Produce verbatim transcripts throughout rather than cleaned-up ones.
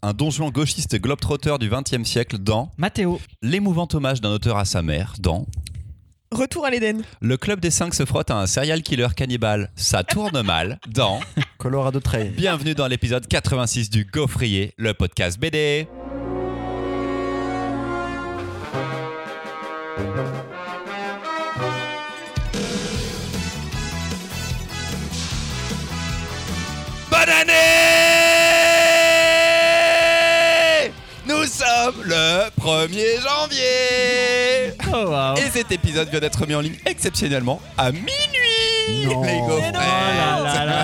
un donjon gauchiste globetrotter du vingtième siècle dans Mathéo. L'émouvant hommage d'un auteur à sa mère dans Retour à l'Éden. Le club des cinq se frotte à un serial killer cannibale, ça tourne mal dans Colorado Trail. Bienvenue dans l'épisode quatre-vingt-six du Gaufrier, le podcast B D. Bonne année! Nous sommes le premier janvier! Oh wow. Et cet épisode vient d'être mis en ligne exceptionnellement à minuit! Non. Les gaufres! Mais non. Oh là là là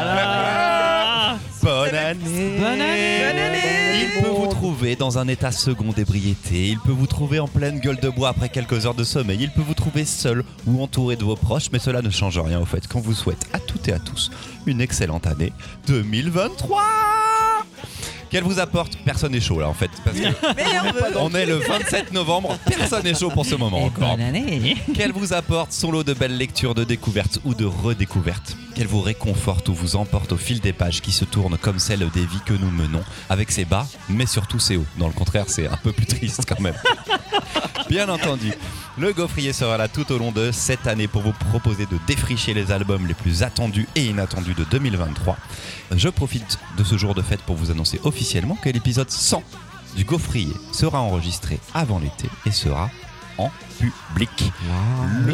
là. Bonne année! Bonne année! Bonne année! Il peut vous trouver dans un état second d'ébriété, il peut vous trouver en pleine gueule de bois après quelques heures de sommeil, il peut vous trouver seul ou entouré de vos proches, mais cela ne change rien au fait qu'on vous souhaite à toutes et à tous une excellente année deux mille vingt-trois. Qu'elle vous apporte, personne n'est chaud là en fait, parce que Meilleur vœu. on est le vingt-sept novembre, personne n'est chaud pour ce moment Et encore. bonne année. Qu'elle vous apporte son lot de belles lectures, de découvertes ou de redécouvertes. Qu'elle vous réconforte ou vous emporte au fil des pages qui se tournent comme celles des vies que nous menons, avec ses bas, mais surtout ses hauts. Dans le contraire, c'est un peu plus triste quand même. Bien entendu, le Gaufrier sera là tout au long de cette année pour vous proposer de défricher les albums les plus attendus et inattendus de deux mille vingt-trois. Je profite de ce jour de fête pour vous annoncer officiellement que l'épisode cent du Gaufrier sera enregistré avant l'été et sera en public. Le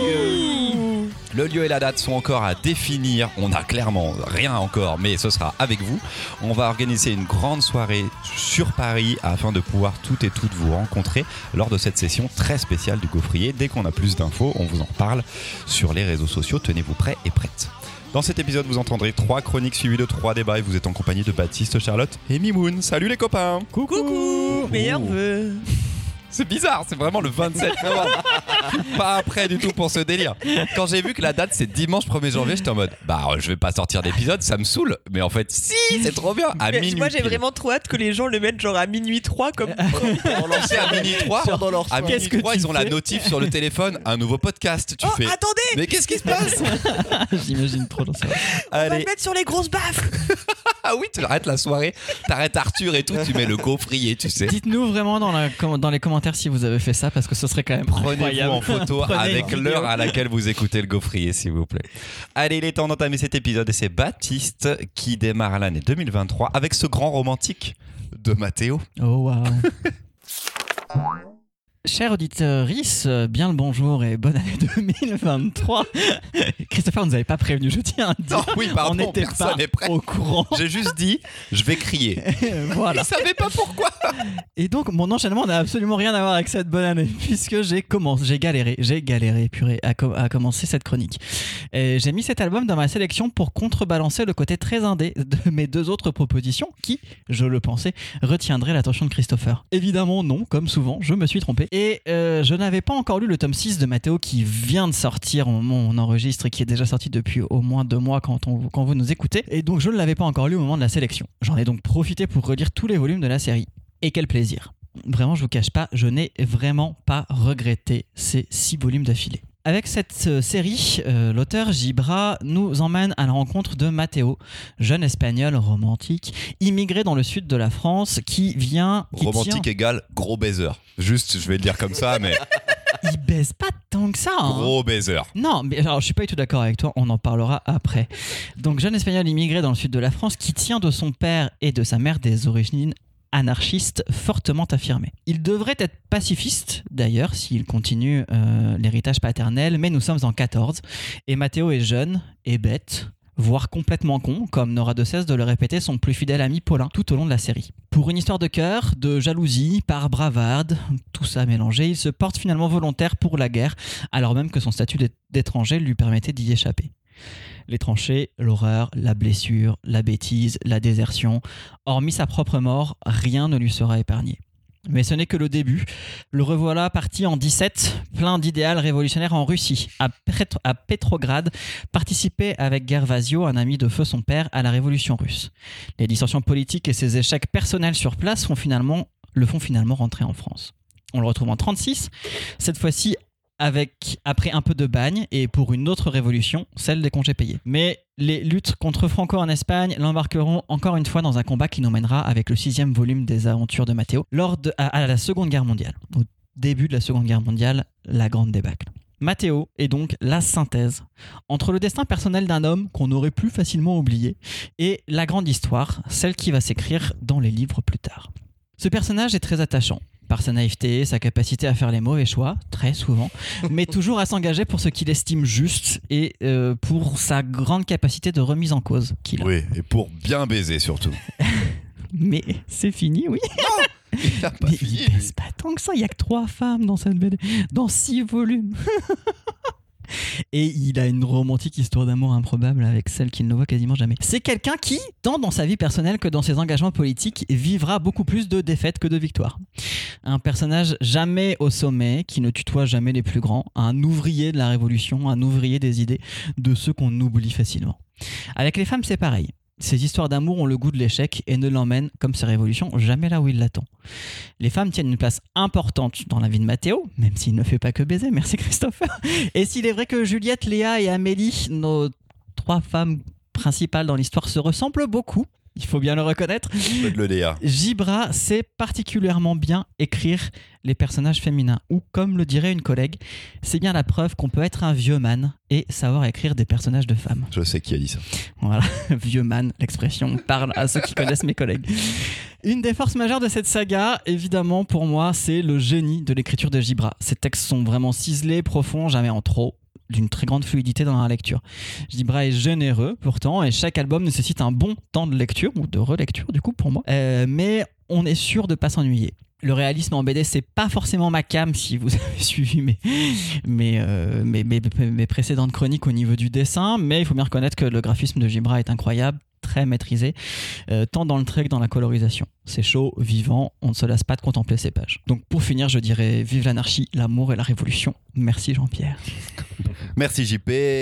lieu, le lieu et la date sont encore à définir. On n'a clairement rien encore, mais ce sera avec vous. On va organiser une grande soirée sur Paris afin de pouvoir toutes et toutes vous rencontrer lors de cette session très spéciale du Gaufrier. Dès qu'on a plus d'infos, on vous en reparle sur les réseaux sociaux. Tenez-vous prêts et prêtes. Dans cet épisode, vous entendrez trois chroniques suivies de trois débats et vous êtes en compagnie de Baptiste, Charlotte et Mimoun. Salut les copains! Coucou. Meilleur vœu. C'est bizarre, c'est vraiment le vingt-sept novembre. Je suis pas prêt du tout pour ce délire. Quand j'ai vu que la date c'est dimanche premier janvier, j'étais en mode bah je vais pas sortir d'épisode, ça me saoule. Mais en fait, si, c'est trop bien. À Mais minuit. moi j'ai pile. vraiment trop hâte que les gens le mettent genre à minuit trois comme. On lançait à minuit trois. Dans leur À soirée. minuit trois, ils ont la notif sur le téléphone, un nouveau podcast. Tu Oh fais. attendez, Mais qu'est-ce qui se passe? J'imagine trop dans ça. on va Allez. le mettre sur les grosses baffes. Ah oui, tu arrêtes la soirée, t'arrêtes Arthur et tout, tu mets le Gaufrier, tu sais. Dites-nous vraiment dans, la, com- dans les commentaires si vous avez fait ça parce que ce serait quand même Prenez-vous incroyable. en photo Prenez avec une l'heure vidéo. à laquelle vous écoutez le Gaufrier, s'il vous plaît. Allez, il est temps d'entamer cet épisode et c'est Baptiste qui démarre l'année deux mille vingt-trois avec ce grand romantique de Mathéo. Oh wow. Chers auditeurs, bien le bonjour et bonne année deux mille vingt-trois. Christopher nous avait pas prévenu, je tiens à dire. Non, oui, pardon, on n'était personne pas n'est prêt. au courant. J'ai juste dit, je vais crier. Voilà. Je savais pas pourquoi. Et donc mon enchaînement n'a absolument rien à voir avec cette bonne année puisque j'ai commencé, j'ai galéré, j'ai galéré purée à, co- à commencer cette chronique. Et j'ai mis cet album dans ma sélection pour contrebalancer le côté très indé de mes deux autres propositions qui, je le pensais, retiendraient l'attention de Christopher. Évidemment non, comme souvent, je me suis trompé. Et euh, je n'avais pas encore lu le tome six de Mathéo qui vient de sortir au moment où on enregistre et qui est déjà sorti depuis au moins deux mois quand, on, quand vous nous écoutez. Et donc je ne l'avais pas encore lu au moment de la sélection. J'en ai donc profité pour relire tous les volumes de la série. Et quel plaisir. Vraiment, je vous cache pas, je n'ai vraiment pas regretté ces six volumes d'affilée. Avec cette euh, série, euh, l'auteur Gibra nous emmène à la rencontre de Mathéo, jeune espagnol romantique, immigré dans le sud de la France, qui vient... Qui Romantique tient... égale gros baiser. Juste, je vais le dire comme ça, mais Il baise pas tant que ça. Hein. gros baiser. Non, mais alors je suis pas du tout d'accord avec toi, on en parlera après. Donc jeune espagnol immigré dans le sud de la France qui tient de son père et de sa mère des origines anarchistes fortement affirmées. Il devrait être pacifiste d'ailleurs s'il continue euh, l'héritage paternel, mais nous sommes en quatorze et Mathéo est jeune et bête, voire complètement con, comme n'aura de cesse de le répéter son plus fidèle ami Paulin tout au long de la série. Pour une histoire de cœur, de jalousie, par bravarde, tout ça mélangé, il se porte finalement volontaire pour la guerre, alors même que son statut d'étranger lui permettait d'y échapper. Les tranchées, l'horreur, la blessure, la bêtise, la désertion, hormis sa propre mort, rien ne lui sera épargné. Mais ce n'est que le début. Le revoilà parti en dix-sept, plein d'idéal révolutionnaire en Russie, à, Petro- à Petrograd, participer avec Gervasio, un ami de feu son père, à la révolution russe. Les dissensions politiques et ses échecs personnels sur place font finalement, le font finalement rentrer en France. On le retrouve en trente-six, cette fois-ci avec, après un peu de bagne et pour une autre révolution, celle des congés payés. Mais les luttes contre Franco en Espagne l'embarqueront encore une fois dans un combat qui nous mènera avec le sixième volume des aventures de Matteo lors de, à, à la Seconde Guerre mondiale. Au début de la Seconde Guerre mondiale, la grande débâcle. Matteo est donc la synthèse entre le destin personnel d'un homme qu'on aurait plus facilement oublié et la grande histoire, celle qui va s'écrire dans les livres plus tard. Ce personnage est très attachant, par sa naïveté, sa capacité à faire les mauvais choix, très souvent, mais toujours à s'engager pour ce qu'il estime juste et euh, pour sa grande capacité de remise en cause qu'il a. Oui, et pour bien baiser surtout. Mais c'est fini, oui. Il a pas Mais fini. il baisse pas tant que ça, il y a que trois femmes dans cette B D, dans six volumes. Et il a une romantique histoire d'amour improbable avec celle qu'il ne voit quasiment jamais. C'est quelqu'un qui, tant dans sa vie personnelle que dans ses engagements politiques, vivra beaucoup plus de défaites que de victoires. Un personnage jamais au sommet, qui ne tutoie jamais les plus grands, un ouvrier de la révolution, un ouvrier des idées, de ceux qu'on oublie facilement. Avec les femmes, c'est pareil. Ces histoires d'amour ont le goût de l'échec et ne l'emmènent, comme ses révolutions, jamais là où il l'attend. Les femmes tiennent une place importante dans la vie de Matteo, même s'il ne fait pas que baiser, merci Christopher. Et s'il est vrai que Juliette, Léa et Amélie, nos trois femmes principales dans l'histoire, se ressemblent beaucoup, il faut bien le reconnaître, Je le Léa. Gibra sait particulièrement bien écrire les personnages féminins, ou comme le dirait une collègue, c'est bien la preuve qu'on peut être un vieux man et savoir écrire des personnages de femmes. Je sais qui a dit ça. Voilà, vieux man, l'expression parle à ceux qui connaissent mes collègues. Une des forces majeures de cette saga, évidemment pour moi, c'est le génie de l'écriture de Gibra. Ces textes sont vraiment ciselés, profonds, jamais en trop, d'une très grande fluidité dans la lecture. Gibra est généreux pourtant et chaque album nécessite un bon temps de lecture ou de relecture du coup pour moi, euh, mais on est sûr de pas s'ennuyer. Le réalisme en B D, c'est pas forcément ma came si vous avez suivi mes, mes, euh, mes, mes, mes précédentes chroniques au niveau du dessin, mais il faut bien reconnaître que le graphisme de Gibra est incroyable, très maîtrisé, euh, tant dans le trait que dans la colorisation. C'est chaud, vivant, on ne se lasse pas de contempler ces pages. Donc pour finir, je dirais vive l'anarchie, l'amour et la révolution. Merci Jean-Pierre. Merci J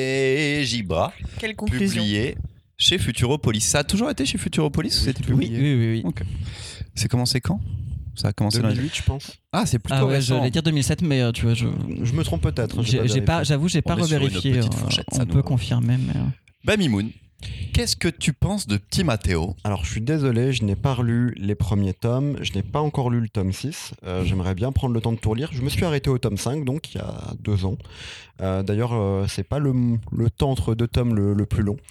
P. Gibra, Quelle conclusion. publié chez Futuropolis. Ça a toujours été chez Futuropolis ou c'était Oui, publié oui, oui. oui. Ok. C'est commencé quand? Ça a commencé deux dans mille les... huit, je pense. Ah, c'est plutôt Ah ouais, récent. j'allais dire deux mille sept, mais euh, tu vois, je, Je me trompe peut-être. j'ai, j'ai pas, vérifié. j'avoue, j'ai pas On est sur une revérifié. petite euh, fourchette, on ça peut nous- confirmer, mais. euh, Bah Mimoun, qu'est-ce que tu penses de Petit Matteo? Alors, je suis désolé, je n'ai pas relu les premiers tomes. Je n'ai pas encore lu le tome six. Euh, j'aimerais bien prendre le temps de tout relire. Je me suis arrêté au tome cinq, donc il y a deux ans. Euh, d'ailleurs, euh, c'est pas le, le temps entre deux tomes le, le plus long.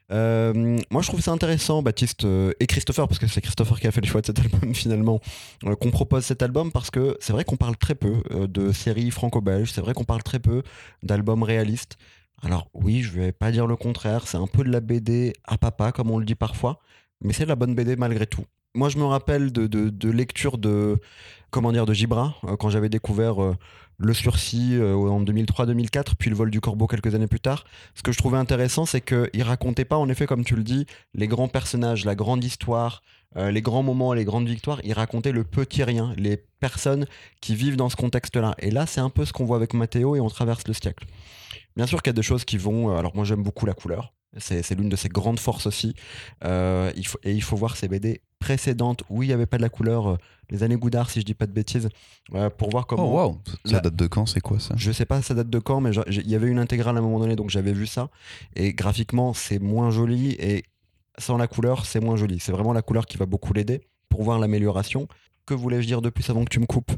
Euh, moi, je trouve ça intéressant, Baptiste euh, et Christopher, parce que c'est Christopher qui a fait le choix de cet album finalement, euh, qu'on propose cet album, parce que c'est vrai qu'on parle très peu euh, de séries franco-belges, c'est vrai qu'on parle très peu d'albums réalistes. Alors oui, je vais pas dire le contraire, c'est un peu de la B D à papa, comme on le dit parfois, mais c'est de la bonne B D malgré tout. Moi, je me rappelle de, de, de lecture de, comment dire, de Gibra, euh, quand j'avais découvert euh, Le Sursis euh, en deux mille trois deux mille quatre, puis Le Vol du Corbeau quelques années plus tard. Ce que je trouvais intéressant, c'est qu'il racontait pas, en effet, comme tu le dis, les grands personnages, la grande histoire, euh, les grands moments, les grandes victoires. Il racontait le petit rien, les personnes qui vivent dans ce contexte-là. Et là, c'est un peu ce qu'on voit avec Matteo et On traverse le siècle. Bien sûr qu'il y a des choses qui vont... Alors moi, j'aime beaucoup la couleur. C'est, c'est l'une de ses grandes forces aussi. Euh, il faut, et il faut voir ses B D précédentes où il n'y avait pas de la couleur, euh, les années Goudard, si je dis pas de bêtises, euh, pour voir comment... Oh wow, ça La- date de quand? C'est quoi ça? Je sais pas ça date de quand, mais j'a- j'ai- il y avait une intégrale à un moment donné, donc j'avais vu ça. Et graphiquement, c'est moins joli, et sans la couleur, c'est moins joli. C'est vraiment la couleur qui va beaucoup l'aider pour voir l'amélioration. Que voulais-je dire de plus avant que tu me coupes?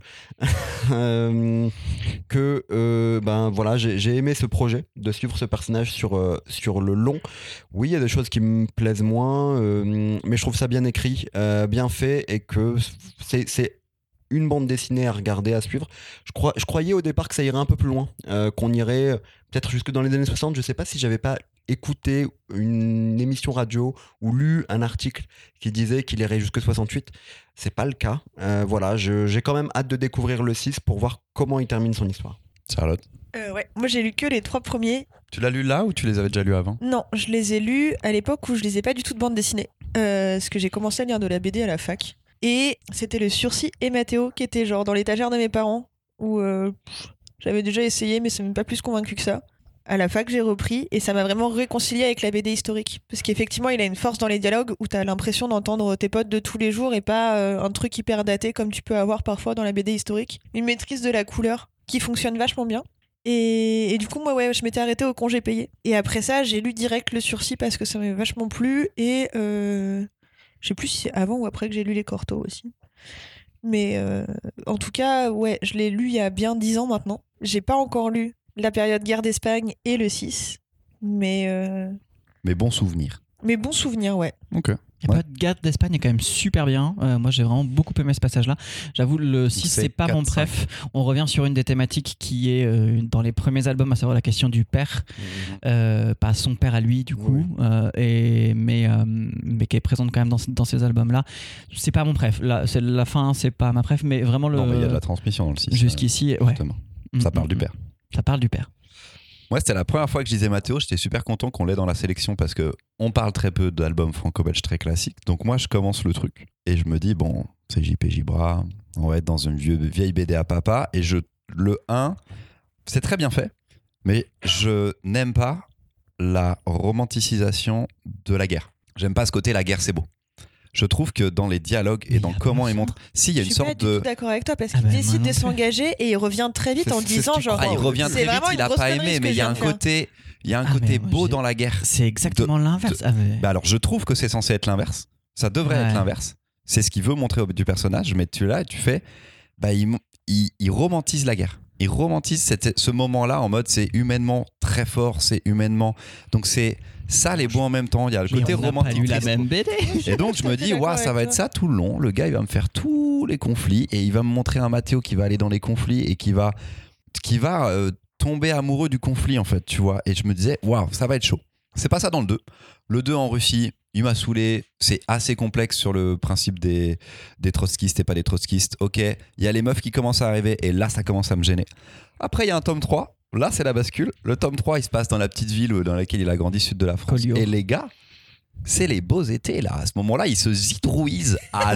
Euh, Que euh, ben voilà, j'ai j'ai aimé ce projet de suivre ce personnage sur euh, sur le long. Oui, il y a des choses qui me plaisent moins, euh, mais je trouve ça bien écrit, euh, bien fait, et que c'est c'est une bande dessinée à regarder, à suivre. Je, crois, je croyais au départ que ça irait un peu plus loin, euh, qu'on irait euh, peut-être jusque dans les années soixante. Je sais pas si j'avais pas écouté une émission radio ou lu un article qui disait qu'il irait jusque soixante-huit. C'est pas le cas. Euh, voilà, je- j'ai quand même hâte de découvrir le six pour voir comment il termine son histoire. Charlotte, Euh, ouais. Moi, j'ai lu que les trois premiers. tu l'as lu là ou tu les avais déjà lus avant? Non, je les ai lus à l'époque où je lisais pas du tout de bande dessinée. Euh, parce que j'ai commencé à lire de la B D à la fac. Et c'était Le Sursis et Matteo qui étaient genre dans l'étagère de mes parents. Où euh, pff, j'avais déjà essayé, mais ça m'a pas plus convaincu que ça. À la fac, j'ai repris et ça m'a vraiment réconcilié avec la B D historique. Parce qu'effectivement, il a une force dans les dialogues où t'as l'impression d'entendre tes potes de tous les jours et pas euh, un truc hyper daté comme tu peux avoir parfois dans la B D historique. Une maîtrise de la couleur qui fonctionne vachement bien. Et, et du coup, moi, ouais, je m'étais arrêtée au congé payé. Et après ça, j'ai lu direct le sursis parce que ça m'avait vachement plu. Et euh, je sais plus si c'est avant ou après que j'ai lu les Cortos aussi. Mais euh, en tout cas, ouais, je l'ai lu il y a bien dix ans maintenant. J'ai pas encore lu la période guerre d'Espagne et le six. Mais, euh, Mais bon souvenir. mais bon souvenir, ouais. Ok. La Ouais. période guerre d'Espagne est quand même super bien. Euh, moi, j'ai vraiment beaucoup aimé ce passage-là. J'avoue, le six, c'est c'est pas quatre, mon préf. On revient sur une des thématiques qui est euh, dans les premiers albums, à savoir la question du père. Euh, pas son père à lui, du coup, Oui. euh, et, mais, euh, mais qui est présente quand même dans, dans ces albums-là. C'est pas mon préf. La, c'est, la fin, c'est pas ma préf, mais vraiment le. Non, mais il y a de la transmission dans le six. Jusqu'ici, euh, ouais. justement. Mm, Ça parle mm, du mm. père. Ça parle du père. Moi, c'était la première fois que je disais Mathéo, j'étais super content qu'on l'ait dans la sélection parce que on parle très peu d'albums franco-belges très classiques. Donc moi, je commence le truc et je me dis, bon, c'est J P Gibra, on va être dans une vieux, vieille B D à papa. Et je, le un, c'est très bien fait, mais je n'aime pas la romanticisation de la guerre. J'aime pas ce côté, la guerre, c'est beau. Je trouve que dans les dialogues et Mais dans y a comment pas il ça. montre... Si, il y a Je une suis pas sorte du de... tout d'accord avec toi parce Ah qu'il bah, moi décide non de plus. s'engager et il revient très vite C'est- en c'est ce disant qui genre. Ah, il revient c'est très vite, vraiment il une a grosse pas connerie, aimé, ce mais que il y a je un viens de faire. côté, il y a un Ah, côté mais moi, beau j'ai- dans la guerre. C'est exactement l'inverse. Ah, mais- Bah alors, je trouve que c'est censé être l'inverse. Ça devrait Ouais. être l'inverse. C'est ce qu'il veut montrer au- du personnage, mais tu es là et tu fais, bah il, il, il romantise la guerre. Il romantise cette- ce moment-là en mode c'est humainement très fort, c'est humainement. Donc c'est ça les beaux en même temps. Il y a le Mais côté on n'a pas romantique. lu la même B D. Et donc je me dis, d'accord waouh, ça avec va toi. être ça tout le long. Le gars, il va me faire tous les conflits et il va me montrer un Mathéo qui va aller dans les conflits et qui va, qui va euh, tomber amoureux du conflit en fait, tu vois. Et je me disais, waouh, ça va être chaud. C'est pas ça dans le deux. Le deux en Russie, il m'a saoulé. C'est assez complexe sur le principe des, des trotskistes et pas des trotskistes. Ok, il y a les meufs qui commencent à arriver et là, ça commence à me gêner. Après, il y a un tome trois. Là, c'est la bascule. Le tome trois, il se passe dans la petite ville dans laquelle il a grandi, sud de la France. Collioure. Et les gars, c'est les beaux étés là. À ce moment-là, ils se zitrouisent à Et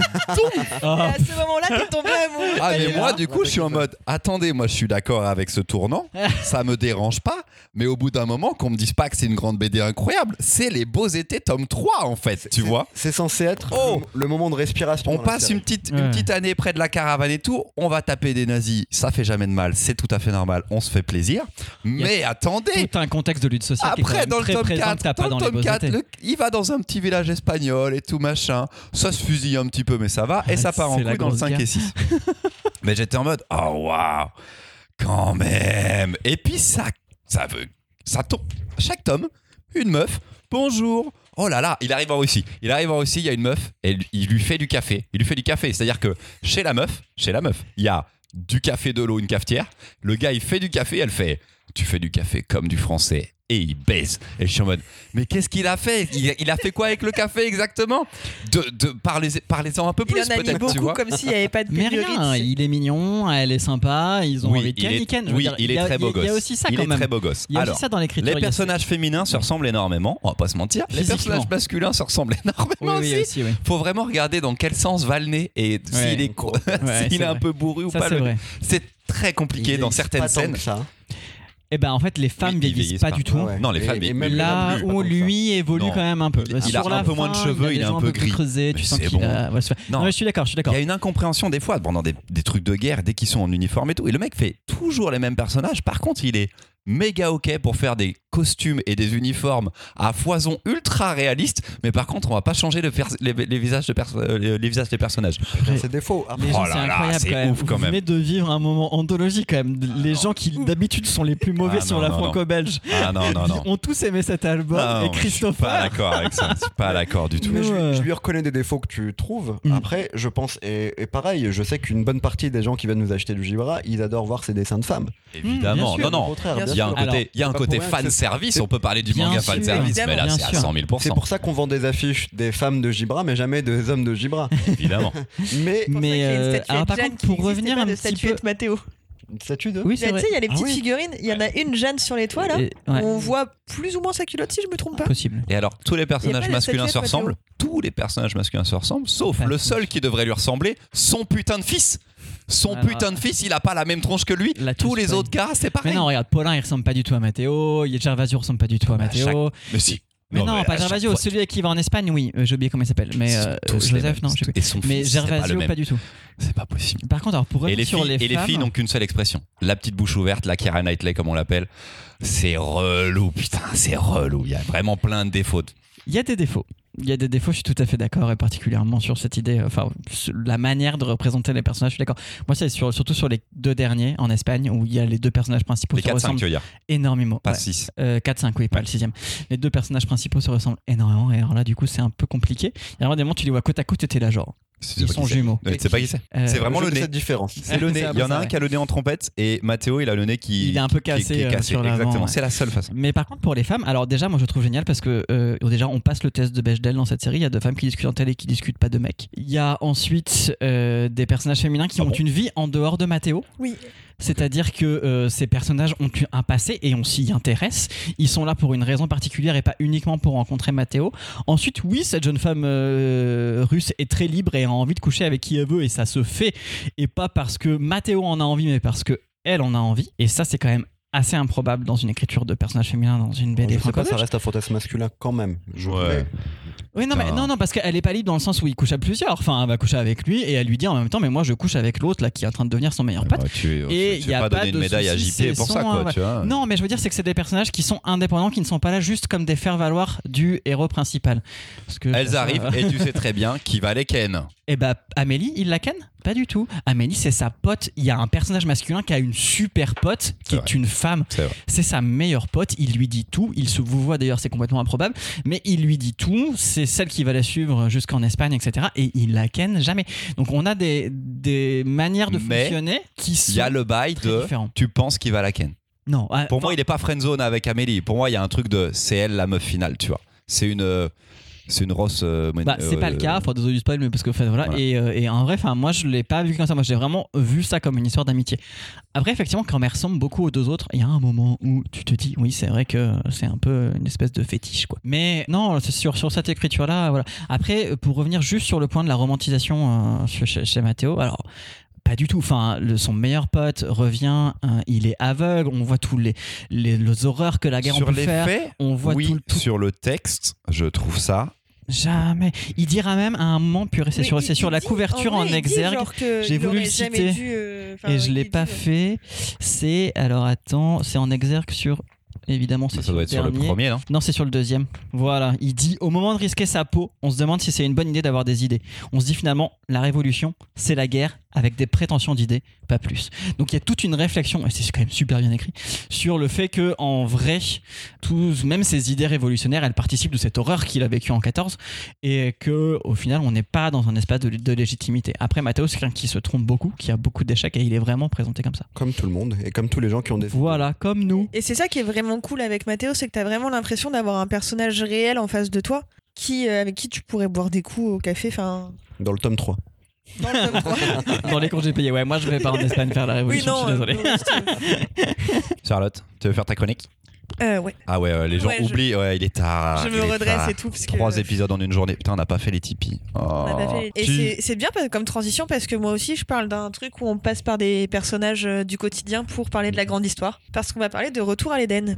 à ce moment-là, t'es tombé amoureux. ah t'as mais dit, moi ah. du coup je suis en mode attendez, moi je suis d'accord avec ce tournant, ça me dérange pas, mais au bout d'un moment qu'on me dise pas que c'est une grande B D incroyable, c'est les beaux étés tome trois en fait, tu vois. C'est censé être Oh. le, le moment de respiration. On dans la passe série. une petite, Ouais. une petite année près de la caravane et tout, on va taper des nazis, ça fait jamais de mal, c'est tout à fait normal, on se fait plaisir, mais attendez, Tout un contexte de lutte sociale qui est quand après même dans le très tome présent que quatre, t'as pas dans dans le les tome beaux quatre, étés. le- il va dans un petit village espagnol et tout machin, ça se fusille un petit peu mais ça va, et ça part en C'est la couille dans le grosse cinq guerre. et six. Mais j'étais en mode oh waouh, quand même. Et puis ça, ça veut, ça tombe. Chaque tome, une meuf. Bonjour. Oh là là, il arrive en Russie. Il arrive en Russie, il y a une meuf et il lui fait du café. Il lui fait du café, c'est-à-dire que chez la meuf, chez la meuf, il y a du café, de l'eau, une cafetière. Le gars, il fait du café, elle fait tu fais du café comme du français. Et il baise. Et je suis en mode, mais qu'est-ce qu'il a fait il, il a fait quoi avec le café exactement de, de, parlez, Parlez-en un peu Il plus en a mis peut-être, tu beaucoup vois. comme s'il n'y avait pas de Mais pénurie. rien, tu sais. il est mignon, elle est sympa, ils ont Oui, envie de il est, Ken. Je veux oui, dire, il y est a- très beau il gosse. y a aussi ça il quand est même. très beau gosse. Il y a Alors, aussi ça dans l'écriture. les il y a- personnages féminins se ressemblent énormément, on va pas se mentir. Les Physiquement. personnages masculins se ressemblent Oui, énormément oui, aussi. aussi, oui. Faut vraiment regarder dans quel sens va le nez et Ouais. s'il est, co- Ouais, s'il c'est est un vrai. peu bourru ou Ça, pas. c'est le- vrai. C'est très compliqué Il dans vieillit certaines pas tant scènes. que ça. Eh ben en fait, les femmes Oui, ils vieillissent vieillissent pas pas. du tout. Ah ouais. Non, les Et- femmes et vieillissent même Là plus, pas où tant que ça. lui évolue Non. quand même un peu. Il- il a Sur un la peu moins de fin, cheveux, a il est des un gens peu plus gris. creusés, tu Mais sens c'est qu'il bon. a- ouais, c'est- Non. Non, mais je suis d'accord, je suis Il d'accord. y a une incompréhension des fois pendant des, des trucs de guerre dès qu'ils sont en uniforme et tout. Et le mec fait toujours les mêmes personnages. Par contre, il est méga ok pour faire des costumes et des uniformes à foison ultra réalistes. Mais par contre, on va pas changer le pers- les, les visages de perso- euh, les, les visages des personnages. Chacun ses défauts. Après, Les gens, Oh c'est là là, incroyable c'est quand même. ouf quand Vous même. venez de vivre un moment anthologique quand même. Les gens qui d'habitude sont les plus mauvais Ah sur non, la non, non. franco-belge Ah non, non, non. ont tous aimé cet album. Ah non, et mais je suis pas Christopher. d'accord avec ça. Je suis pas d'accord du tout. Mais je, Ouais. je lui reconnais des défauts que tu trouves. Mm. Après, je pense, et, et pareil, je sais qu'une bonne partie des gens qui viennent nous acheter du Gibra, ils adorent voir ces dessins de femmes. Évidemment. bien sûr. Non, Au non. contraire, Bien bien Il y a un sûr. côté, Alors, il y a un c'est pas côté pour rien que fan c'est- service. c'est- On peut parler du Bien manga sûr, fan service, mais là bien c'est à sûr. cent mille pour C'est cent. pour ça qu'on vend des affiches des femmes de Gibra, mais jamais des hommes de Gibra. Évidemment. Mais C'est pour ça qu'il y a une Mais euh, statuette alors par Jeanne contre, qui pour n'existait revenir pas un de petit peu. statuette Mathéo. une statue de. Oui, Bah, c'est tu vrai. sais, il y a les Ah petites oui. figurines. Il y en a une Jeanne sur les toits là. Et- ouais. On voit plus ou moins sa culotte si je me trompe pas. Possible. Et alors, tous les Il y a personnages pas la masculins se statuette, ressemblent. Tous les personnages masculins se ressemblent, sauf Pas le tous. seul qui devrait lui ressembler, son putain de fils. Son Alors, putain de fils, il a pas la même tronche que lui. là, tu Tous les spoil. autres gars, c'est Mais pareil. non, regarde, Paulin il ressemble pas du tout à Mathéo. Gervasio ressemble pas du tout à Bah, Mathéo. Mais si. Mais non, mais pas à chaque Gervasio. fois, Celui avec qui va en Espagne, oui. Euh, J'ai oublié comment il s'appelle. Mais Ils sont euh, tous les Joseph, mêmes. non, je sais plus. Et son Mais fils, c'est pas le Gervasio, même. pas du tout. C'est pas possible. Par contre, alors pour Et revenir les sur filles, les et les femmes, filles n'ont qu'une seule expression. La petite bouche ouverte, la Keira Knightley comme on l'appelle. C'est relou, putain, c'est relou. Il y a vraiment plein de défauts. il y a des défauts. Il y a des défauts, je suis tout à fait d'accord, et particulièrement sur cette idée, enfin, la manière de représenter les personnages, je suis d'accord. Moi, c'est sur, surtout sur les deux derniers en Espagne, où il y a les deux personnages principaux Les se quatre cinq, ressemblent tu veux dire. énormément. Pas Ouais. six. Euh, quatre cinq, oui, pas le sixième. Les deux personnages principaux se ressemblent énormément, et alors là, du coup, c'est un peu compliqué. Il y a vraiment des moments, tu les vois côte à côte, et t'es là, genre. C'est Ils pas sont qui c'est. jumeaux. Ouais, c'est pas qui c'est. Euh, C'est vraiment Je le fais nez. cette différence. C'est le nez. C'est un Il y en peu a ça, un ouais. qui a le nez en trompette et Mathéo, il a le nez qui. Il est un peu qui- qui cassé, est euh, cassé. sur l'avant, Exactement. ouais. C'est la seule façon. Mais par contre, pour les femmes, alors déjà, moi je trouve génial parce que euh, déjà, on passe le test de Bechdel dans cette série. Il y a deux femmes qui discutent en télé et qui discutent pas de mecs. Il y a ensuite euh, des personnages féminins qui Ah ont bon une vie en dehors de Mathéo. Oui. C'est-à-dire que euh, ces personnages ont un passé et on s'y intéresse. Ils sont là pour une raison particulière et pas uniquement pour rencontrer Mathéo. Ensuite, oui, cette jeune femme euh, russe est très libre et a envie de coucher avec qui elle veut et ça se fait. Et pas parce que Mathéo en a envie, mais parce que elle en a envie. Et ça, c'est quand même assez improbable dans une écriture de personnage féminin dans une B D Je sais pas, ça franco-belge. reste un fantasme masculin quand même. Je Ouais. voudrais- Oui, non, mais, Putain. non, non, parce qu'elle est pas libre dans le sens où il couche à plusieurs. Enfin, elle va coucher avec lui et elle lui dit en même temps, mais moi je couche avec l'autre là qui est en train de devenir son meilleur pote. Ouais, tu Et tu y a vas pas pas donner de une médaille à soucis, J P pour c'est ça, son, quoi. ouais. Tu vois. Non, mais je veux dire, c'est que c'est des personnages qui sont indépendants, qui ne sont pas là juste comme des faire-valoir du héros principal. Parce que, Elles ça, arrivent et tu sais très bien qui va les ken. Et bah, Amélie, il la ken? Pas du tout. Amélie, c'est sa pote. Il y a un personnage masculin qui a une super pote, qui C'est est vrai. une femme. C'est vrai. C'est sa meilleure pote. Il lui dit tout. Il se vous voit d'ailleurs, c'est complètement improbable. Mais il lui dit tout. C'est celle qui va la suivre jusqu'en Espagne, et cetera. Et il la ken jamais. Donc on a des, des manières de Mais fonctionner qui sont Il y a le bail très de différentes. tu penses qu'il va la ken. Non. ah, Pour moi, enfin, il est pas friendzone avec Amélie. Pour moi, il y a un truc de c'est elle la meuf finale, tu vois. C'est une euh, c'est une Ross. euh, bah, c'est euh, pas le cas. Enfin, désolé du spoil, mais parce que enfin, voilà. Voilà. Et, euh, et en vrai, enfin, moi, je l'ai pas vu comme ça. Moi, j'ai vraiment vu ça comme une histoire d'amitié. Après, effectivement, quand elle ressemble beaucoup aux deux autres, il y a un moment où tu te dis, oui, c'est vrai que c'est un peu une espèce de fétiche, quoi. Mais non, c'est sur sur cette écriture-là, voilà. Après, pour revenir juste sur le point de la romantisation euh, chez, chez- chez Mathéo, alors. Pas du tout. Enfin, le, son meilleur pote revient, hein, il est aveugle. On voit tous les, les, les horreurs que la guerre sur on peut les faire. faits. On voit oui, tout le tout. sur le texte, je trouve ça. Jamais. Il dira même à un moment, purée, c'est Mais sur, il- c'est sur il la dit- couverture en, vrai, il dit exergue. genre que J'ai il voulu aurait le jamais citer. dû, euh, enfin, Et je il l'ai dit, pas euh, fait. C'est alors attends, c'est en exergue sur. Évidemment, c'est Ça sur doit le être sur le dernier. premier, non Non, c'est sur le deuxième. Voilà, il dit au moment de risquer sa peau, on se demande si c'est une bonne idée d'avoir des idées. On se dit finalement, la révolution, c'est la guerre avec des prétentions d'idées, pas plus. Donc il y a toute une réflexion, et c'est quand même super bien écrit, sur le fait que en vrai, tous, même ces idées révolutionnaires, elles participent de cette horreur qu'il a vécue en quatorze, et que au final, on n'est pas dans un espace de, de légitimité. Après, Mathéo, c'est quelqu'un qui se trompe beaucoup, qui a beaucoup d'échecs, et il est vraiment présenté comme ça. Comme tout le monde et comme tous les gens qui ont des. Voilà, comme nous. Et c'est ça qui est vraiment cool avec Mathéo, c'est que t'as vraiment l'impression d'avoir un personnage réel en face de toi, qui, euh, avec qui tu pourrais boire des coups au café, enfin, Dans le tome trois. dans le tome trois. Dans les congés payés, ouais, moi je vais pas en Espagne faire la Oui, révolution, non, je suis désolé. euh, non, Charlotte, tu veux faire ta chronique? euh, ouais. Ah ouais, euh, les gens Ouais, je- oublient. Ouais, il est tard. je il me est redresse tard. et tout, parce que- Trois épisodes en une journée. Putain, on n'a pas fait les Tipeee. Oh. On a pas fait- Et Tu- c'est- c'est bien comme transition parce que moi aussi je parle d'un truc où on passe par des personnages euh, du quotidien pour parler de la grande histoire. Parce qu'on va parler de Retour à l'Éden.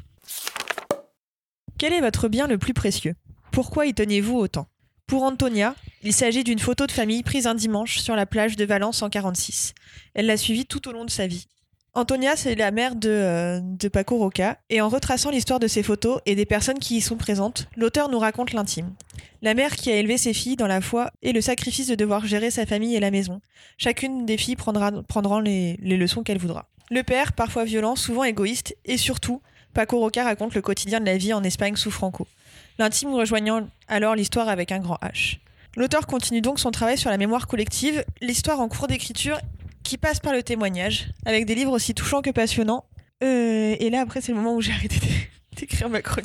Quel est votre bien le plus précieux? Pourquoi y tenez-vous autant? Pour Antonia, il s'agit d'une photo de famille prise un dimanche sur la plage de Valence en quarante-six. Elle l'a suivie tout au long de sa vie. Antonia, c'est la mère de, euh, de Paco Roca, et en retraçant l'histoire de ces photos et des personnes qui y sont présentes, l'auteur nous raconte l'intime. La mère qui a élevé ses filles dans la foi et le sacrifice de devoir gérer sa famille et la maison. Chacune des filles prendra, prendra les, les leçons qu'elle voudra. Le père, parfois violent, souvent égoïste, et surtout, Paco Roca raconte le quotidien de la vie en Espagne sous Franco. L'intime rejoignant alors l'histoire avec un grand H. L'auteur continue donc son travail sur la mémoire collective, l'histoire en cours d'écriture qui passe par le témoignage, avec des livres aussi touchants que passionnants. Euh, et là, après, c'est le moment où j'ai arrêté d'é- d'écrire ma chronique.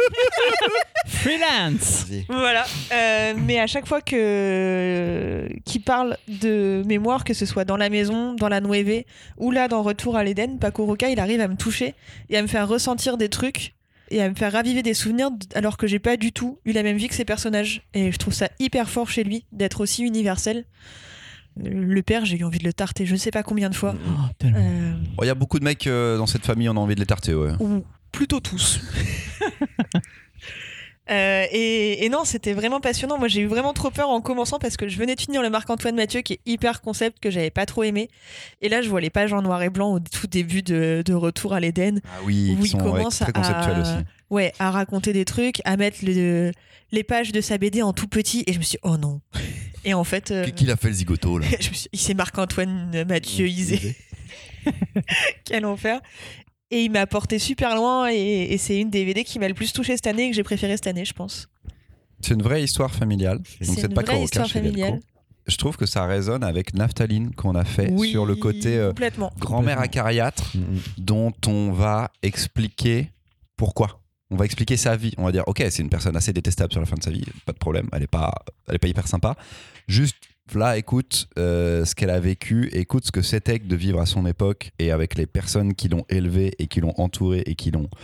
Freelance. Vas-y. Voilà. Euh, mais à chaque fois que qu'il parle de mémoire, que ce soit dans la maison, dans la Nueve, ou là dans Retour à l'Éden, Paco Roca, il arrive à me toucher et à me faire ressentir des trucs et à me faire raviver des souvenirs alors que j'ai pas du tout eu la même vie que ces personnages. Et je trouve ça hyper fort chez lui d'être aussi universel. Le père, j'ai eu envie de le tarter je sais pas combien de fois. Oh, tellement. Euh, Il y a beaucoup de mecs euh, dans cette famille, on a envie de les tarter, ouais. ou plutôt tous. Euh, et, et non, c'était vraiment passionnant. Moi, j'ai eu vraiment trop peur en commençant parce que je venais de finir le Marc-Antoine Mathieu qui est hyper concept, que j'avais pas trop aimé. Et là, je vois les pages en noir et blanc au tout début de, de Retour à l'Éden. Ah oui, où qui il sont ouais, commence très conceptuels à, aussi. Ouais, à raconter des trucs, à mettre le, les pages de sa B D en tout petit. Et je me suis dit, oh non. Et en fait. Euh, Qui l'a fait le zigoto là? je me suis dit, c'est Marc-Antoine Mathieu Isé. Quel enfer. Et il m'a porté super loin. Et, et c'est une des V D qui m'a le plus touché cette année et que j'ai préféré cette année, je pense. C'est une vraie histoire familiale. Donc C'est c'est une pas vraie Coroca histoire chez Delcourt. familiale. Je trouve que ça résonne avec Naphtaline qu'on a fait Oui, sur le côté euh, complètement. grand-mère acariâtre dont on va expliquer pourquoi. On va expliquer sa vie. On va dire, ok, c'est une personne assez détestable sur la fin de sa vie, pas de problème, elle est pas, elle est pas hyper sympa. Juste là, écoute euh, ce qu'elle a vécu, écoute ce que c'était que de vivre à son époque et avec les personnes qui l'ont élevée et qui l'ont entourée et qui l'ont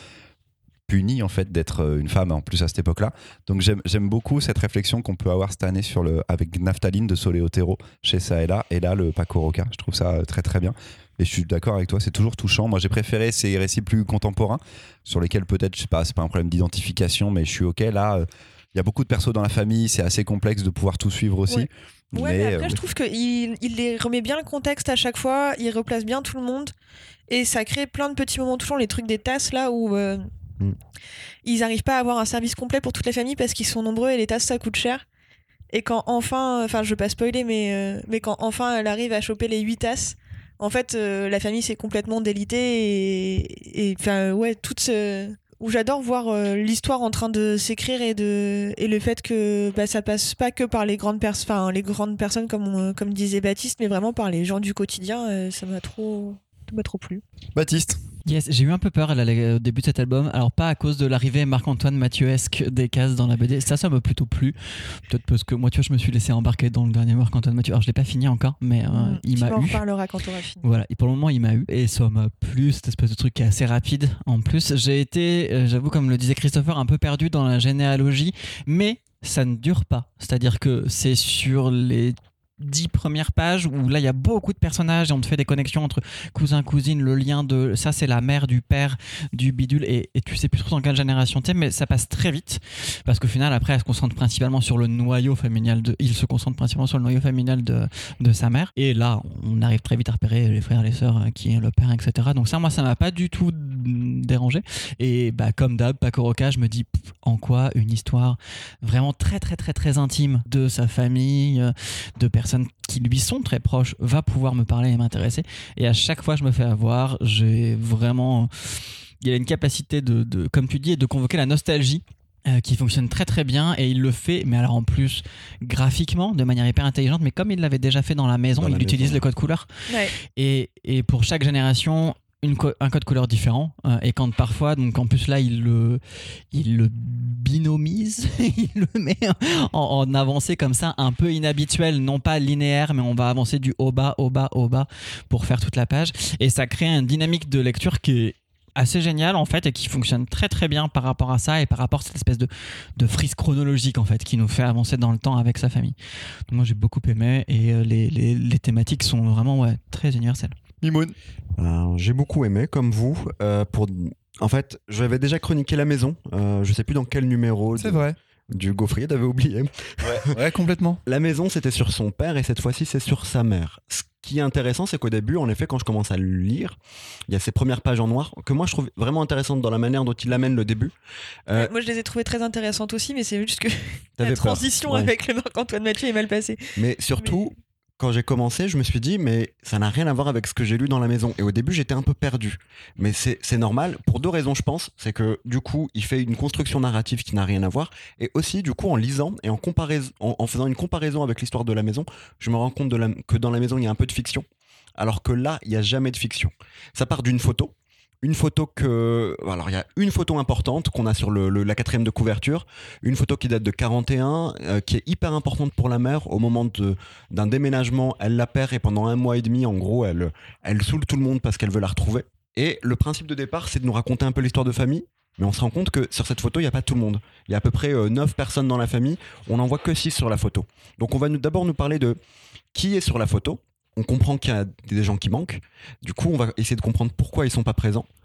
punie en fait d'être une femme en plus à cette époque-là. Donc j'aime, j'aime beaucoup cette réflexion qu'on peut avoir cette année sur le, avec Naphtaline de Soleil Otero chez ça et là, et là le Paco Roca. Je trouve ça très très bien. Et je suis d'accord avec toi, c'est toujours touchant. Moi j'ai préféré ces récits plus contemporains sur lesquels peut-être, je sais pas, c'est pas un problème d'identification, mais je suis ok. Là, il euh, y a beaucoup de persos dans la famille, c'est assez complexe de pouvoir tout suivre aussi. Ouais. Ouais, mais, mais après, euh, je trouve qu'il il les remet bien le contexte à chaque fois, il replace bien tout le monde, et ça crée plein de petits moments touchants, les trucs des tasses là où euh, mm. ils n'arrivent pas à avoir un service complet pour toute la famille parce qu'ils sont nombreux et les tasses ça coûte cher. Et quand enfin, enfin je veux pas spoiler, mais, euh, mais quand enfin elle arrive à choper les huit tasses, en fait euh, la famille s'est complètement délitée et enfin ouais, toute ce... où j'adore voir euh, l'histoire en train de s'écrire et de et le fait que bah, ça passe pas que par les grandes personnes, enfin les grandes personnes comme on, comme disait Baptiste, mais vraiment par les gens du quotidien. Euh, ça m'a trop, ça m'a trop plu. Baptiste. Yes, j'ai eu un peu peur elle, au début de cet album, alors pas à cause de l'arrivée Marc-Antoine Mathieuesque des cases dans la B D, ça ça m'a plutôt plu, peut-être parce que moi tu vois je me suis laissé embarquer dans le dernier Marc-Antoine Mathieu, alors je l'ai pas fini encore mais euh, mmh, il m'a eu. Tu en reparleras quand on aura fini. Voilà, et pour le moment il m'a eu et ça m'a plu, cette espèce de truc qui est assez rapide en plus. J'ai été, euh, j'avoue comme le disait Christopher, un peu perdu dans la généalogie, mais ça ne dure pas, c'est-à-dire que c'est sur les dix premières pages où là il y a beaucoup de personnages et on te fait des connexions entre cousin cousine, le lien de ça c'est la mère du père du bidule et, et tu sais plus trop dans quelle génération t'es, mais ça passe très vite parce qu'au final après elle se concentre principalement sur le noyau familial de il se concentre principalement sur le noyau familial de, de sa mère et là on arrive très vite à repérer les frères les sœurs qui est le père, etc. Donc ça moi ça m'a pas du tout dérangé et bah comme d'hab Paco Roca, je me dis pff, en quoi une histoire vraiment très très très très intime de sa famille, de personnes qui lui sont très proches va pouvoir me parler et m'intéresser, et à chaque fois je me fais avoir, j'ai vraiment il y a une capacité de, de comme tu dis de convoquer la nostalgie euh, qui fonctionne très très bien et il le fait, mais alors en plus graphiquement de manière hyper intelligente, mais comme il l'avait déjà fait dans la maison, dans il la utilise maison. Les codes couleurs ouais. et, et pour chaque génération Une co- un code couleur différent euh, et quand parfois donc en plus là il le il le binomise il le met en, en avancée comme ça un peu inhabituel, non pas linéaire mais on va avancer du haut bas au bas au bas pour faire toute la page et ça crée une dynamique de lecture qui est assez génial en fait et qui fonctionne très très bien par rapport à ça et par rapport à cette espèce de, de frise chronologique en fait qui nous fait avancer dans le temps avec sa famille. Donc moi j'ai beaucoup aimé et euh, les, les, les thématiques sont vraiment ouais, très universelles. Mimoun. Euh, j'ai beaucoup aimé, comme vous. Euh, pour... En fait, j'avais déjà chroniqué La Maison. Euh, je sais plus dans quel numéro. C'est de... vrai. Du Gaufrier, t'avais oublié. Ouais, ouais, complètement. La Maison, c'était sur son père et cette fois-ci, c'est sur sa mère. Ce qui est intéressant, c'est qu'au début, en effet, quand je commence à le lire, il y a ces premières pages en noir que moi je trouve vraiment intéressantes dans la manière dont il amène le début. Euh... Ouais, moi, je les ai trouvées très intéressantes aussi, mais c'est juste que la transition ouais. avec le Marc-Antoine Mathieu est mal passée. Mais surtout. Mais... Quand j'ai commencé, je me suis dit, mais ça n'a rien à voir avec ce que j'ai lu dans La Maison. Et au début, j'étais un peu perdu. Mais c'est, c'est normal, pour deux raisons, je pense. C'est que, du coup, il fait une construction narrative qui n'a rien à voir. Et aussi, du coup, en lisant et en, comparaison, en, en faisant une comparaison avec l'histoire de La Maison, je me rends compte de la, que dans La Maison, il y a un peu de fiction. Alors que là, il n'y a jamais de fiction. Ça part d'une photo. Une photo que... Alors, il y a une photo importante qu'on a sur le, le, la quatrième de couverture. Une photo qui date de quarante et un, euh, qui est hyper importante pour la mère. Au moment de, d'un déménagement, elle la perd et pendant un mois et demi, en gros, elle, elle saoule tout le monde parce qu'elle veut la retrouver. Et le principe de départ, c'est de nous raconter un peu l'histoire de famille. Mais on se rend compte que sur cette photo, il n'y a pas tout le monde. Il y a à peu près euh, neuf personnes dans la famille. On n'en voit que six sur la photo. Donc, on va nous, d'abord nous parler de qui est sur la photo. On comprend qu'il y a des gens qui manquent. Du coup, on va essayer de comprendre pourquoi ils sont pas présents.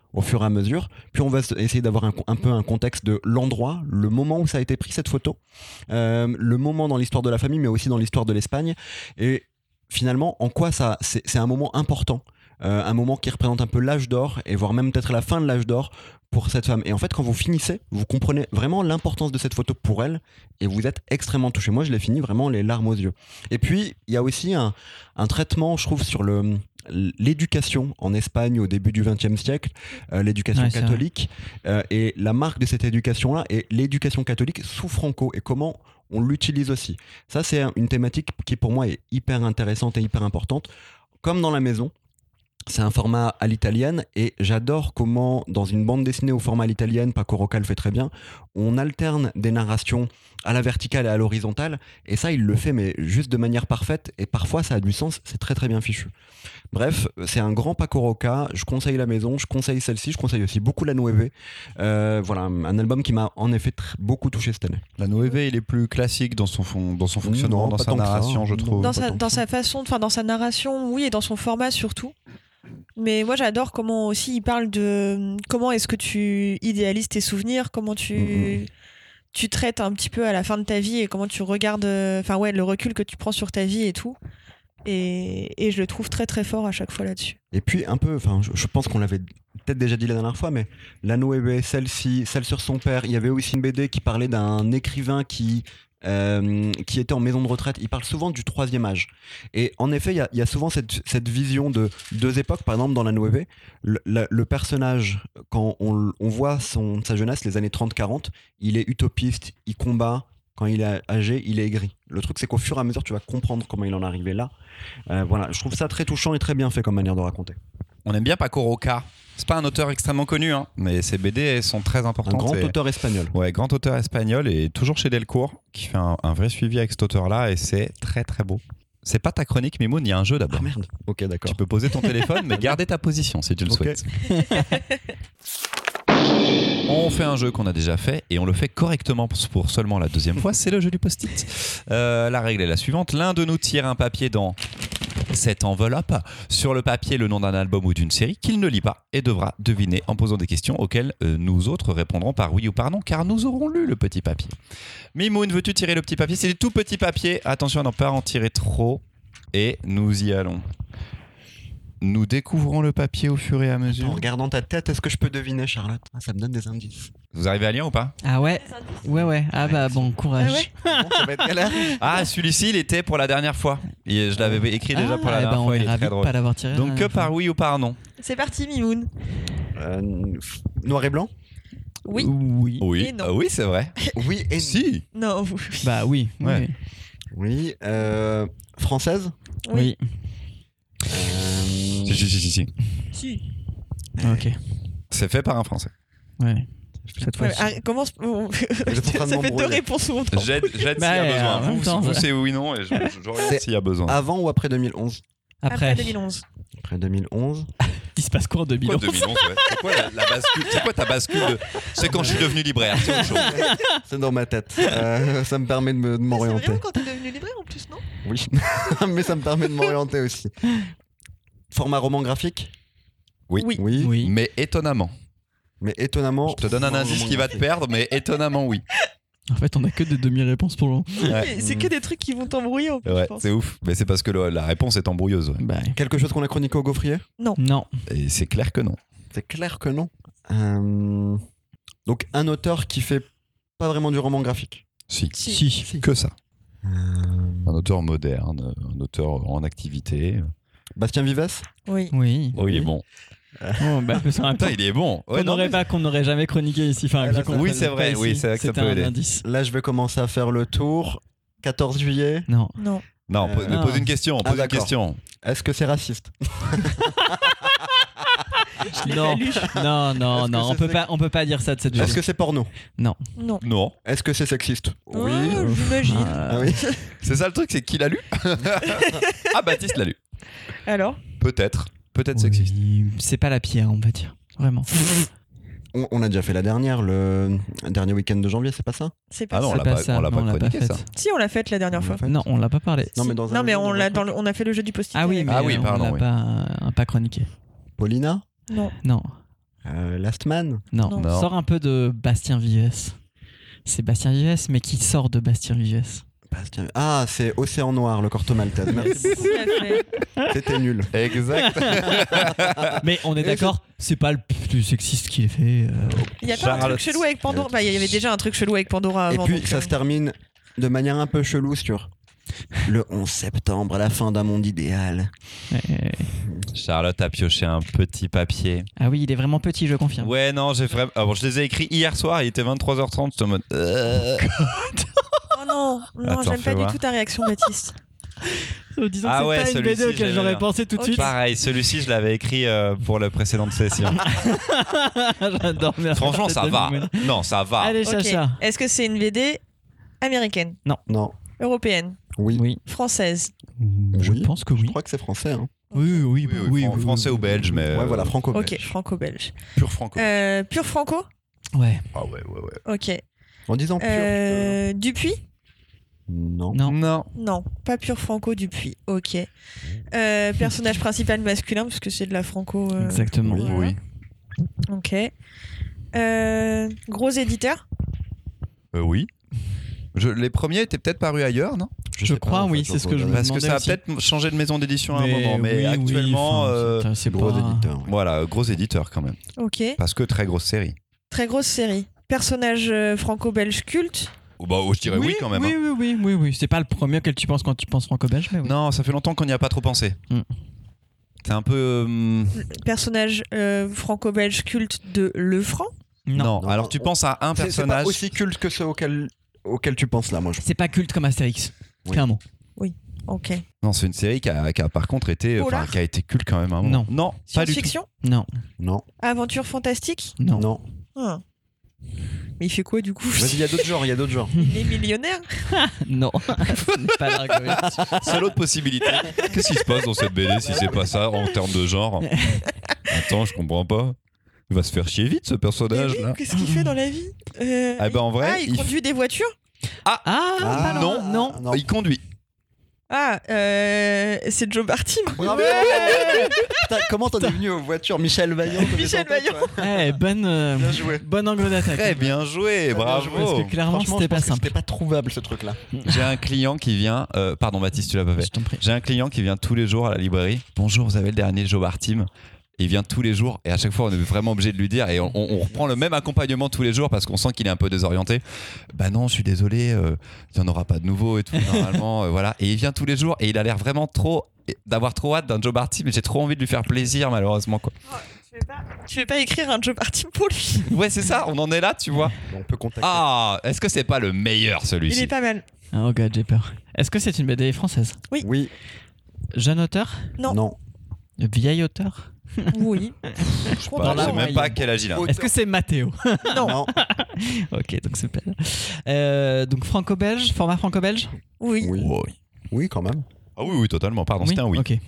au fur et à mesure. Puis on va essayer d'avoir un, un peu un contexte de l'endroit, le moment où ça a été pris cette photo, euh, le moment dans l'histoire de la famille, mais aussi dans l'histoire de l'Espagne. Et finalement, en quoi ça, c'est, c'est un moment important, euh, un moment qui représente un peu l'âge d'or, et voire même peut-être la fin de l'âge d'or pour cette femme. Et en fait, quand vous finissez, vous comprenez vraiment l'importance de cette photo pour elle, et vous êtes extrêmement touché. Moi, je l'ai fini vraiment les larmes aux yeux. Et puis, il y a aussi un, un traitement, je trouve, sur le... l'éducation en Espagne au début du vingtième siècle, euh, l'éducation Ouais, catholique, euh, et la marque de cette éducation-là est l'éducation catholique sous Franco et comment on l'utilise aussi. Ça, c'est une thématique qui pour moi est hyper intéressante et hyper importante. Comme dans la maison, c'est un format à l'italienne et j'adore comment, dans une bande dessinée au format à l'italienne, Paco Roca le fait très bien, on alterne des narrations à la verticale et à l'horizontale, et ça, il le fait, mais juste de manière parfaite, et parfois ça a du sens, c'est très très bien fichu. Bref, c'est un grand Paco Roca, je conseille la maison, je conseille celle-ci, je conseille aussi beaucoup la Nueve. Euh, voilà, un album qui m'a en effet tr- beaucoup touché cette année. La Nueve, il est plus classique dans son, fon- dans son fonctionnement, Non, dans pas sa tant que ça. narration, je Non. trouve. Dans pas sa, tant que dans ça. sa façon, enfin dans sa narration, oui, et dans son format surtout. Mais moi j'adore comment aussi il parle de comment est-ce que tu idéalises tes souvenirs, comment tu, Mhm. tu traites un petit peu à la fin de ta vie et comment tu regardes, enfin ouais, le recul que tu prends sur ta vie et tout. Et, et je le trouve très très fort à chaque fois là-dessus. Et puis un peu, enfin, je, je pense qu'on l'avait peut-être déjà dit la dernière fois, mais la Nueve, celle-ci, celle sur son père, il y avait aussi une B D qui parlait d'un écrivain qui euh, qui était en maison de retraite. Il parle souvent du troisième âge. Et en effet, il y a, il y a souvent cette, cette vision de deux époques. Par exemple, dans la Nueve, le, le- le personnage, quand on, on voit son, sa jeunesse, les années trente quarante, il est utopiste, il combat. Quand il est âgé, il est aigri. Le truc, c'est qu'au fur et à mesure, tu vas comprendre comment il en est arrivé là. Euh, voilà, je trouve ça très touchant et très bien fait comme manière de raconter. On aime bien Paco Roca. C'est pas un auteur extrêmement connu, hein, mais ses B D sont très Un importantes. grand et- auteur espagnol. Ouais, grand auteur espagnol et toujours chez Delcourt, qui fait un, un vrai suivi avec cet auteur-là et c'est très très beau. C'est pas ta chronique, Mimoun, il y a un jeu d'abord. Ah merde. Ok, d'accord. Tu peux poser ton téléphone, mais garder ta position si tu le Ok. souhaites. On fait un jeu qu'on a déjà fait et on le fait correctement pour seulement la deuxième fois. C'est le jeu du post-it. Euh, la règle est la suivante. L'un de nous tire un papier dans cette enveloppe. Sur le papier, le nom d'un album ou d'une série qu'il ne lit pas et devra deviner en posant des questions auxquelles euh, nous autres répondrons par oui ou par non, car nous aurons lu le petit papier. Mimoun, veux-tu tirer le petit papier? C'est des tout petits papiers. Attention à ne pas en tirer trop. Et nous y allons. Nous découvrons le papier au fur et à mesure. En regardant ta tête, est-ce que je peux deviner, Charlotte? Ah, ça me donne des indices. Vous arrivez à lire ou pas? Ah ouais, ouais, ouais. Ah bah bon, courage. Ah ouais Bon, ça va être galère. Ah, celui-ci, il était pour la dernière fois. Et je l'avais écrit déjà pour la Ah, dernière bah, fois. on Il est est ravis très de drôle. pas l'avoir tiré. Donc que la par fois. oui ou par non? C'est parti, Mimoun. Euh, noir et blanc? Oui. Oui. Oui, Et non. Ah oui, c'est vrai. Oui et Si. Non. Bah oui. Ouais. Oui. Euh, française? Oui. Oui. Euh, Si, si, si, si, si. Si. oui. Ok. C'est fait par un Français. Ouais. Cette Ouais, fois-ci. ah, commence. en train de Ça fait deux m'embrouiller. réponses où on J'aide, j'aide Bah, s'il y a ouais, besoin. en même Vous, temps, vous ça. c'est oui non et je, je, j'oriente C'est- s'il y a besoin. Avant ou après deux mille onze? Après, Après deux mille onze. Après deux mille onze. il se passe quoi en deux mille Quoi, onze? deux mille onze, ouais. C'est quoi la, la bascule? C'est quoi ta bascule de... C'est quand je suis devenu libraire. C'est autre chose. C'est dans ma tête. Euh, ça me permet de, me- de C'est m'orienter. vraiment quand t'es devenu libraire en plus, non? Oui. Mais ça me permet de m'orienter aussi. Format roman graphique? Oui. Oui. Oui. Oui. Mais étonnamment. Mais étonnamment. Je te donne un format indice roman qui va te graphique. perdre, mais étonnamment oui. En fait, on a que des demi-réponses pour le moment. Ouais. Mais C'est que des trucs qui vont t'embrouiller en plus, Ouais, je pense. c'est ouf. Mais c'est parce que le- la réponse est embrouilleuse. ouais. Bah, Quelque chose qu'on a chroniqué au gaufrier? non. Et c'est clair que non. C'est clair que non. Euh, Donc un auteur qui fait pas vraiment du roman graphique. Si. Si. Si. Que ça. Euh, Un auteur moderne, un auteur en activité. Bastien Vives? Oui. Oui. Oh, il est bon. Oh, bah, que ça en même temps, Putain, il est bon. Ouais, qu'on non, n'aurait mais- pas, qu'on n'aurait jamais chroniqué ici. Enfin, Ah, vu là, qu'on ça- Oui, connaît c'est pas vrai, ici, oui, c'est vrai que ça c'était peut un aider. indice. Là, je vais commencer à faire le tour. quatorze juillet. Non. Non. Non, po- Euh, mais non. pose une question. Ah, Pose une d'accord. question. Est-ce que c'est raciste? Non. Non, non, Est-ce que non. On c'est peut sex- pas, on peut pas dire ça de cette Est-ce vidéo. que c'est porno? Non. Non. Est-ce que c'est sexiste? Oui. J'imagine. Euh, Ah oui. C'est ça le truc, c'est qui l'a lu? Ah, Baptiste l'a lu. Alors Peut-être. Peut-être oui, sexiste. c'est pas la pire, on va dire. Vraiment. On, on a déjà fait la dernière, le dernier week-end de janvier, c'est pas ça? C'est pas Ah non, on ça. l'a pas pas, ça, on l'a non, pas on l'a pas chroniqué, faite. ça. Si, on l'a faite la dernière On l'a fois. fait. Non, on l'a pas parlé. Non, Si. mais dans un non, mais jour, on, on l'a l'a dans le- on a fait le jeu du post-it. Ah oui, avec- mais Ah oui, on pardon, l'a oui. pas, euh, pas chroniqué. Paulina? Non. Non. Euh, Last Man. Non. Non. Non. Sors un peu de Bastien Vives. C'est Bastien Vives, mais qui sort de Bastien Vives. Bastien- Ah, c'est Océan Noir, le Corto Maltese. Merci beaucoup. Tout à fait. C'était nul. Exact. Mais on est Et d'accord, c'est pas le plus sexiste qu'il ait fait. euh. Il y a pas un Charlotte. truc chelou avec Pandora. Bah, il y avait déjà un truc chelou avec Pandora Et avant. puis, donc, ça euh, se termine de manière un peu chelou sur le onze septembre, à la fin d'un monde idéal. Euh, Charlotte a pioché un petit papier. Ah oui, il est vraiment petit, je confirme. Ouais, non, j'ai vraiment. Ah bon, je les ai écrits hier soir, il était vingt-trois heures trente. J'étais en mode. euh. Oh non, non, Attends, j'aime fais pas voir. du tout ta réaction, Baptiste. Euh, Disons Ah que c'est ouais, pas une celui-ci, B D auquel j'aimais j'aurais bien. pensé tout de Ok. suite. Pareil, celui-ci, je l'avais écrit euh, pour la précédente session. J'adore. mais Franchement, arrête ça de va. nous mener. Non, ça va. Allez, Ok. Chacha. Est-ce que c'est une B D américaine, Non. européenne, Oui. Oui. française? Je Oui. pense que Je oui. crois que c'est français. Hein. Oui, oui, Oui, oui, oui, fran- oui, français oui, ou belge, mais. Ouais, euh, voilà, franco-belge. Ok, franco-belge. Pur franco. Euh, pur franco? Ouais. Ah ouais, ouais, ouais. Ok. En disant pur. Euh, Dupuis? Non. Non. Non. Non, pas pur franco Dupuis. Ok. Euh, personnage principal masculin, parce que c'est de la franco. euh, Exactement. oui. voilà. Oui. Ok. Euh, gros éditeur? Euh, oui. Je, les premiers étaient peut-être parus ailleurs, non? Je sais pas, crois, en fait, oui, je c'est ce que je me Parce que demandais ça a aussi. peut-être changé de maison d'édition à un Mais moment, mais oui, oui, actuellement, enfin, euh, c'est- c'est Gros pas- éditeur. ouais. voilà, gros éditeur quand même. Ok. Parce que très grosse série. Très grosse série. Personnage euh, franco-belge culte? Oh, bah, oh, je dirais oui, quand même. Oui, hein. oui, oui, oui, oui. C'est pas le premier auquel tu penses quand tu penses franco-belge, mais oui. Non, ça fait longtemps qu'on n'y a pas trop pensé. Mm. C'est un peu. euh, Personnage euh, franco-belge culte de Lefranc? Non. Non, Alors non, tu on- penses à un C'est- C'est personnage. pas aussi culte que ceux auxquels, auxquels tu penses là, moi. Je... C'est pas culte comme Astérix. Oui. Clairement. Ok. Non, c'est une série qui a, qui a par contre été, enfin, Polar qui a été culte quand même. à un moment. Non. non, pas du tout. Science-fiction? Non. Non. Aventure fantastique? Non. Non. Ah. Mais il fait quoi du coup? Vas-y, il y a d'autres genres, il y a d'autres genres. Il est millionnaire? Non. Ce n'est pas l'algorithme. C'est l'autre possibilité. Qu'est-ce qui se passe dans cette B D si c'est pas ça en termes de genre? Attends, je comprends pas. Il va se faire chier vite ce Mais personnage oui, là. qu'est-ce qu'il fait dans la vie? Euh, Ah ben en vrai, ah, il, il, conduit des voitures? Ah, Ah, pas loin. non. non. il conduit. Ah, euh, c'est Joe Bartim. Bravo. Putain, comment t'en es venu aux voitures? Michel Vaillant. t'avais Michel tenté, Vaillant. toi. Eh, bonne, euh, Bien joué. bonne angle d'attaque. Très bien joué, bravo. Parce que clairement, Franchement, c'était je pas pense que simple. C'était pas trouvable ce truc-là. J'ai un client qui vient. euh, pardon, Baptiste, tu l'as pas fait. Je t'en prie. J'ai un client qui vient tous les jours à la librairie. Bonjour, vous avez le dernier Joe Bartim. Il vient tous les jours et à chaque fois on est vraiment obligé de lui dire et on, on- on reprend le même accompagnement tous les jours parce qu'on sent qu'il est un peu désorienté. Bah non, je suis désolé, euh, il n'y en aura pas de nouveau et tout normalement, euh, voilà. Et il vient tous les jours et il a l'air vraiment trop d'avoir trop hâte d'un Joe Bartim, mais j'ai trop envie de lui faire plaisir malheureusement quoi. Tu veux pas, tu veux pas écrire un Joe Bartim pour lui? Ouais, c'est ça, on en est là, tu vois. On peut contacter. Ah, est-ce que c'est pas le meilleur Il celui-ci? est pas mal. Oh god, j'ai peur. Est-ce que c'est une B D française? Oui. Jeune auteur? Non. Non. Vieil auteur? Oui. Bah, Dans la je sais même moyenne. pas quel âge il a. Est-ce que c'est Mathéo? Non. Non. Ok, donc c'est pas. Euh, donc franco-belge, format franco-belge? Oui. Oui. Oh, oui. Oui, quand même. Ah oui, oui, totalement, pardon, c'était un oui. Ok.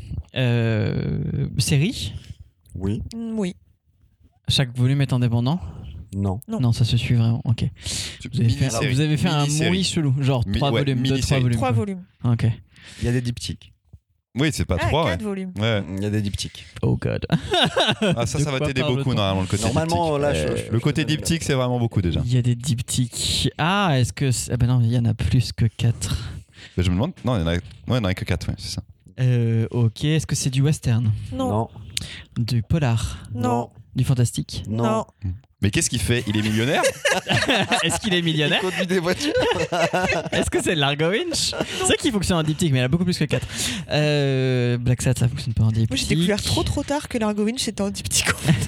Euh, série? Oui. Mm, Oui. Chaque volume est indépendant? Non. Non. ça se suit vraiment. Ok. Vous avez fait, Mini-série. vous avez fait un Mini-série. mouille chelou, genre Mi- trois ouais, volumes, deux, trois mini-série. volumes. Trois quoi. volumes. Ok. Il y a des diptyques. Oui, c'est pas Ah, trois, ouais. quatre volumes. Ouais. Il y a des diptyques. Oh god. Ah, ça, De ça va quoi t'aider parle-t-on beaucoup normalement le côté Normalement, diptyque. là, je- Euh, je- Le je côté te donne- diptyque, c'est vraiment beaucoup déjà. Il y a des diptyques. Ah, est-ce que. c'est- Ah ben non, il y en a plus que quatre. Mais je me demande. Non, il y en a, ouais, il y en a que quatre, ouais, c'est ça. Euh, ok, est-ce que c'est du western? Non. Non. Du polar? Non. Du fantastique? Non. Non. Mais qu'est-ce qu'il fait? Il est millionnaire? Est-ce qu'il est Il millionnaire? conduit des voitures. Est-ce que c'est Largo Winch? C'est vrai qu'il fonctionne en diptyque, mais il y en a beaucoup plus que quatre. Euh, Black Sat, ça fonctionne pas en diptyque. Moi, j'ai découvert trop trop tard que l'Argo Winch c'était en diptyque.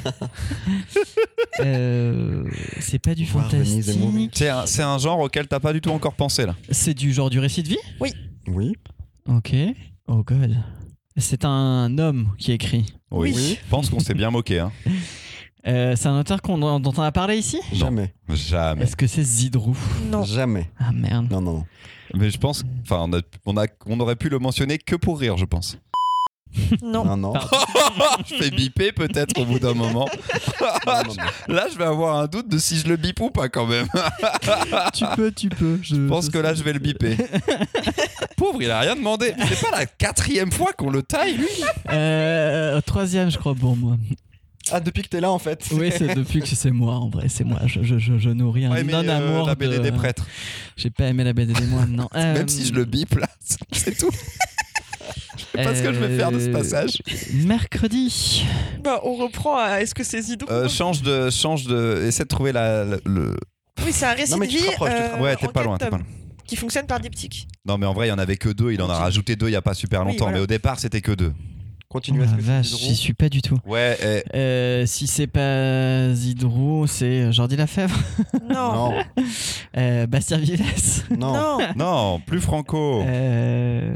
Euh, c'est pas du Voir Venise et mourir. fantastique. C'est un, c'est un genre auquel t'as pas du tout encore pensé là. C'est du genre du récit de vie? Oui. Ok. Oh god. C'est un homme qui écrit. Oui. Oui. Je pense qu'on s'est bien moqué. Hein. Euh, c'est un auteur qu'on, dont on a parlé ici? Non. Jamais. Jamais. Est-ce que c'est Zidrou? Non. Jamais. Ah merde. Non, non, non. Mais je pense. Enfin, on, a, on, a, on aurait pu le mentionner que pour rire, je pense. Non. Non, non. Je fais biper peut-être au bout d'un moment. Non, non, non. Là, je vais avoir un doute de si je le bip ou pas quand même. Tu peux, tu peux. Je Je pense que là, je vais le biper. Pauvre, il a rien demandé. C'est pas la quatrième fois qu'on le taille, lui. Euh, troisième, je crois, pour moi. Ah, depuis que t'es là en fait. Oui, c'est depuis que c'est moi en vrai, c'est moi. Je, je, je, je nourris un Ouais, mais, euh, non-amour. la B D de- des prêtres. J'ai pas aimé la B D des moines, non. Euh, Même si je le bip là, c'est tout. Je sais pas ce que je vais faire de ce euh, passage. Mercredi. Bah, on reprend à est-ce que c'est Zidou Euh, change de, change de, essaie de trouver la, la- le. Oui, c'est un récit Non, mais de tu te vie rapproches, tu te euh, rapproches. Ouais, t'es en pas quatre loin, t'es pas tomes, loin. qui fonctionne par diptyque. Non, mais en vrai, il y en avait que deux. Il en a rajouté deux il y a pas super Oui, longtemps. voilà. Mais au départ, c'était que deux. Continue Oh à ce la que vache, c'est j'y suis pas du tout. Ouais. eh, Euh, si c'est pas Zidrou, c'est Jordi Lafèvre. Non. Non, Euh, Bastien Vives. non. Non. Non, plus Franco. Euh...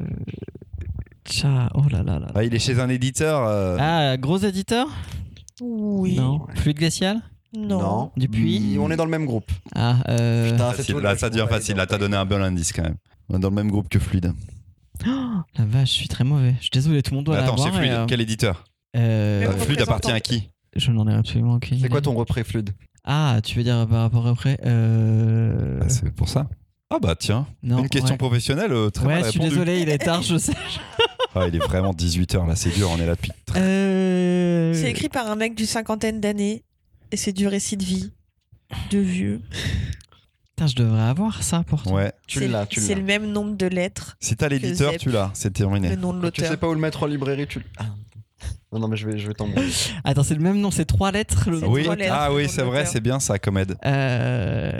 Tcha, oh là là là. Ah, il est chez un éditeur. euh, Ah, gros éditeur. Oui. Non. Fluide glacial. Non. Dupuis. Mm, On est dans le même groupe. Ah, euh... Putain, c'est facile. tout, Là, je ça devient pourrais facile. aider, Là, t'as on donné un bon indice quand même. On est dans le même groupe que Fluide. la vache, je suis très mauvais. Je suis désolé, tout le monde doit Mais attends, c'est l'avoir. Fluide. et, euh, Quel éditeur euh, Même Euh, Fluide représentant. appartient à qui Je n'en ai absolument aucune C'est idée. quoi ton repris fluide? Ah, tu veux dire par rapport après euh... Bah, C'est pour ça. Ah bah tiens, Non, une question ouais. professionnelle euh, très Ouais, mal je suis répondue. désolé, il est tard, je sais. Ah, il est vraiment dix-huit heures là, c'est dur, on est là depuis. Euh... C'est écrit par un mec d'une cinquantaine d'années et c'est du récit de vie de vieux. Putain, je devrais avoir ça pourtant. Ouais. Tu C'est- l'as, tu C'est l'as. le même nombre de lettres, Si t'as l'éditeur, Zep. tu l'as, c'est le terminé. nom de Tu l'auteur. sais pas où le mettre en librairie, tu. Ah. Non, non, mais je vais, je vais t'embrouiller. Attends, c'est le même nom, c'est trois lettres le C'est nom. Oui, trois lettres, ah le oui, nom de c'est vrai, l'auteur. c'est bien ça comme aide. Euh...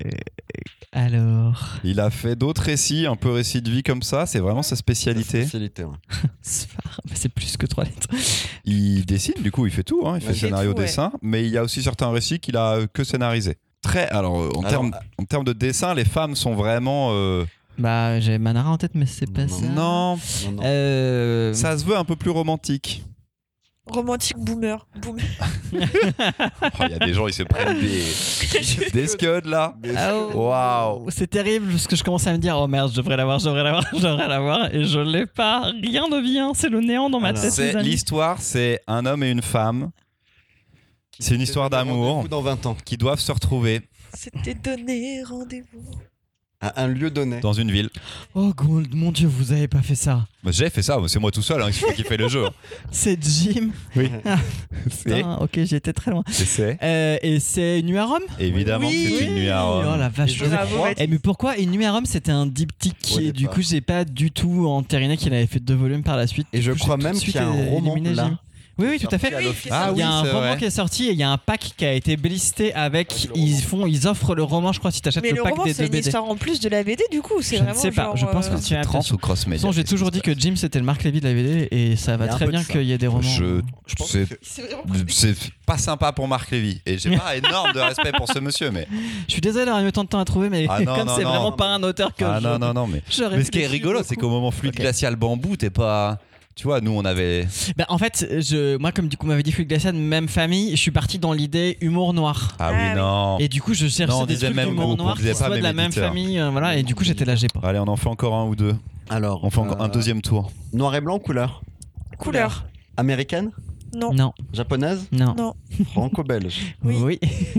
Alors. Il a fait d'autres récits, un peu récits de vie comme ça, c'est vraiment sa spécialité. Spécialité, ouais. Sphare, mais c'est plus que trois lettres. Il dessine, du coup, il fait tout, hein, il fait Ouais, il fait scénario, tout, ouais. dessin, mais il y a aussi certains récits qu'il a euh, que scénarisés. Très, alors, euh, en Alors, termes en termes de dessin, les femmes sont vraiment. euh, Bah, j'ai Manara en tête, mais c'est pas Non. ça. Non, Non, non. Euh... ça se veut un peu plus romantique. Romantique boomer. Boomer. Oh, il y a des gens, ils se prennent des, des scuds là. Ah, oh. Waouh. C'est terrible parce que je commence à me dire oh merde, je devrais l'avoir, je devrais l'avoir, je devrais l'avoir et je l'ai pas. Rien ne vient, c'est le néant dans ma Alors, tête. C'est les amis. l'histoire, c'est un homme et une femme c'est une histoire d'amour. Rendez-vous dans vingt ans. qui doivent se retrouver C'était donné rendez-vous. À un lieu donné. dans une ville. Oh Gold, mon dieu, vous avez pas fait ça. Bah, j'ai fait ça, c'est moi tout seul hein, qui qui fait le jeu. C'est Jim. Oui. Putain, C'est, ok, j'étais très loin. c'est, c'est. Euh, et c'est Une nuit à Rome. Évidemment Oui. que c'est une nuit à Rome. Oh la vache. Et je vous avez- Bravo, crois- Mathis. Eh, mais pourquoi Une nuit à Rome c'était un diptyque Au et du départ. coup j'ai pas du tout entériné qu'il avait fait deux volumes par la suite. Et Du je coup, crois j'ai tout même de qu'il suite y a un roman éliminé là. Jim. Oui, oui, tout à fait. Oui, qui est Ah sorti. Il y a un oui, c'est roman vrai. qui est sorti et il y a un pack qui a été blisté avec. Ils font, ils offrent le roman, je crois, si t'achètes Mais le le pack roman, des c'est deux une B D. histoire en plus de la B D, du coup. C'est Je ne vraiment sais pas, genre, je pense que euh, tu as Trans raison. ou cross De toute media. façon, j'ai toujours dit que Jim c'était le Marc Lévy de la B D et ça Il y va a un très peu de bien ça. qu'il y ait des romans. Je, Je pense c'est, que C'est vraiment. c'est pas sympa pour Marc Lévy et j'ai pas énorme de respect pour ce monsieur, mais Je suis désolé d'avoir mis autant de temps à trouver, mais Ah non, comme non, c'est non. vraiment pas un auteur que ah je. non non non mais. je Mais ce qui est réfléchis rigolo, c'est beaucoup. qu'au moment fluide Ok. glacial bambou, t'es pas. Tu vois, nous on avait. Bah, en fait, je, moi, comme du coup m'avait dit Fluide Glacial, même famille, je suis parti dans l'idée humour noir. Ah Ah oui oui. non. Et du coup, je cherchais Non, on des disait trucs même d'humour groupe, on noir qui disait pas soient de la même même éditeur. famille, euh, voilà. Et du coup, j'étais là, j'ai pas. Allez, on en fait encore un ou deux. Alors. On fait encore un euh, deuxième tour. Noir et blanc, couleur. Couleur. Américaine, Non. Non, japonaise, non, Non. franco-belge. Oui. oui.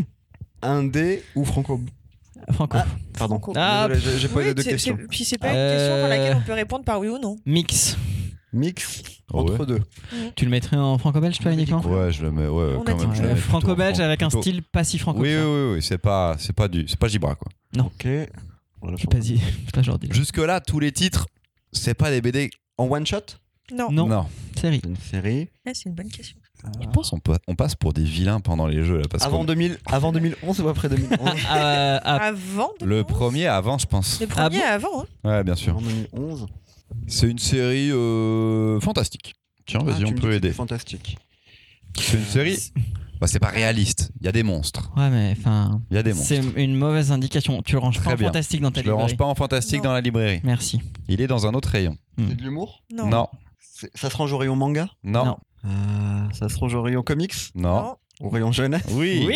Indé ou franco. Franco. Ah, Pardon. Franco. Ah, Désolé, j'ai- j'ai posé Oui, deux c'est- questions. c'est- Puis c'est pas une Euh, question pour laquelle on peut répondre par oui ou non. Mix. Mix Oh ouais. entre deux. Tu le mettrais en franco-belge, toi, uniquement Ouais, je le mets. Ouais, On a quand dit même. je le Ouais, mets plutôt franco-belge fran- avec un plutôt- style pas si franco. Oui, que ça. oui, oui, oui, c'est pas, c'est pas du, c'est pas Gibra quoi. Ok. Voilà, C'est pas dit, c'est pas genre dit. Jusque là, tous les titres, c'est pas des B D. En one shot. Non. Non. Non. Série. Une série. Ah, c'est une bonne question. Je pense qu'on peut- on passe pour des vilains pendant les jeux là, parce Avant qu'on- deux mille, avant deux mille onze ou après deux mille onze. Euh, ah, Avant le deux mille onze premier avant, je pense. Le Ah premier bon avant. hein. Ouais, bien sûr. Avant deux mille onze. C'est une série euh, fantastique. Tiens, Ah, vas-y, tu on me dis peut que aider. c'est Fantastique. C'est une série. Bah, c'est pas réaliste. Il y a des monstres. ouais, mais enfin, Il y a des monstres. c'est une mauvaise indication. Tu le ranges Très pas en bien. fantastique dans ta Je le range librairie. pas en fantastique Non. dans la librairie. Merci. Il est dans un autre rayon. Hmm. C'est de l'humour. Non. Non. C'est- Ça se range au rayon manga. Non. Non. Euh, ça se range au rayon comics. Non. Au rayon jeunesse. Oui.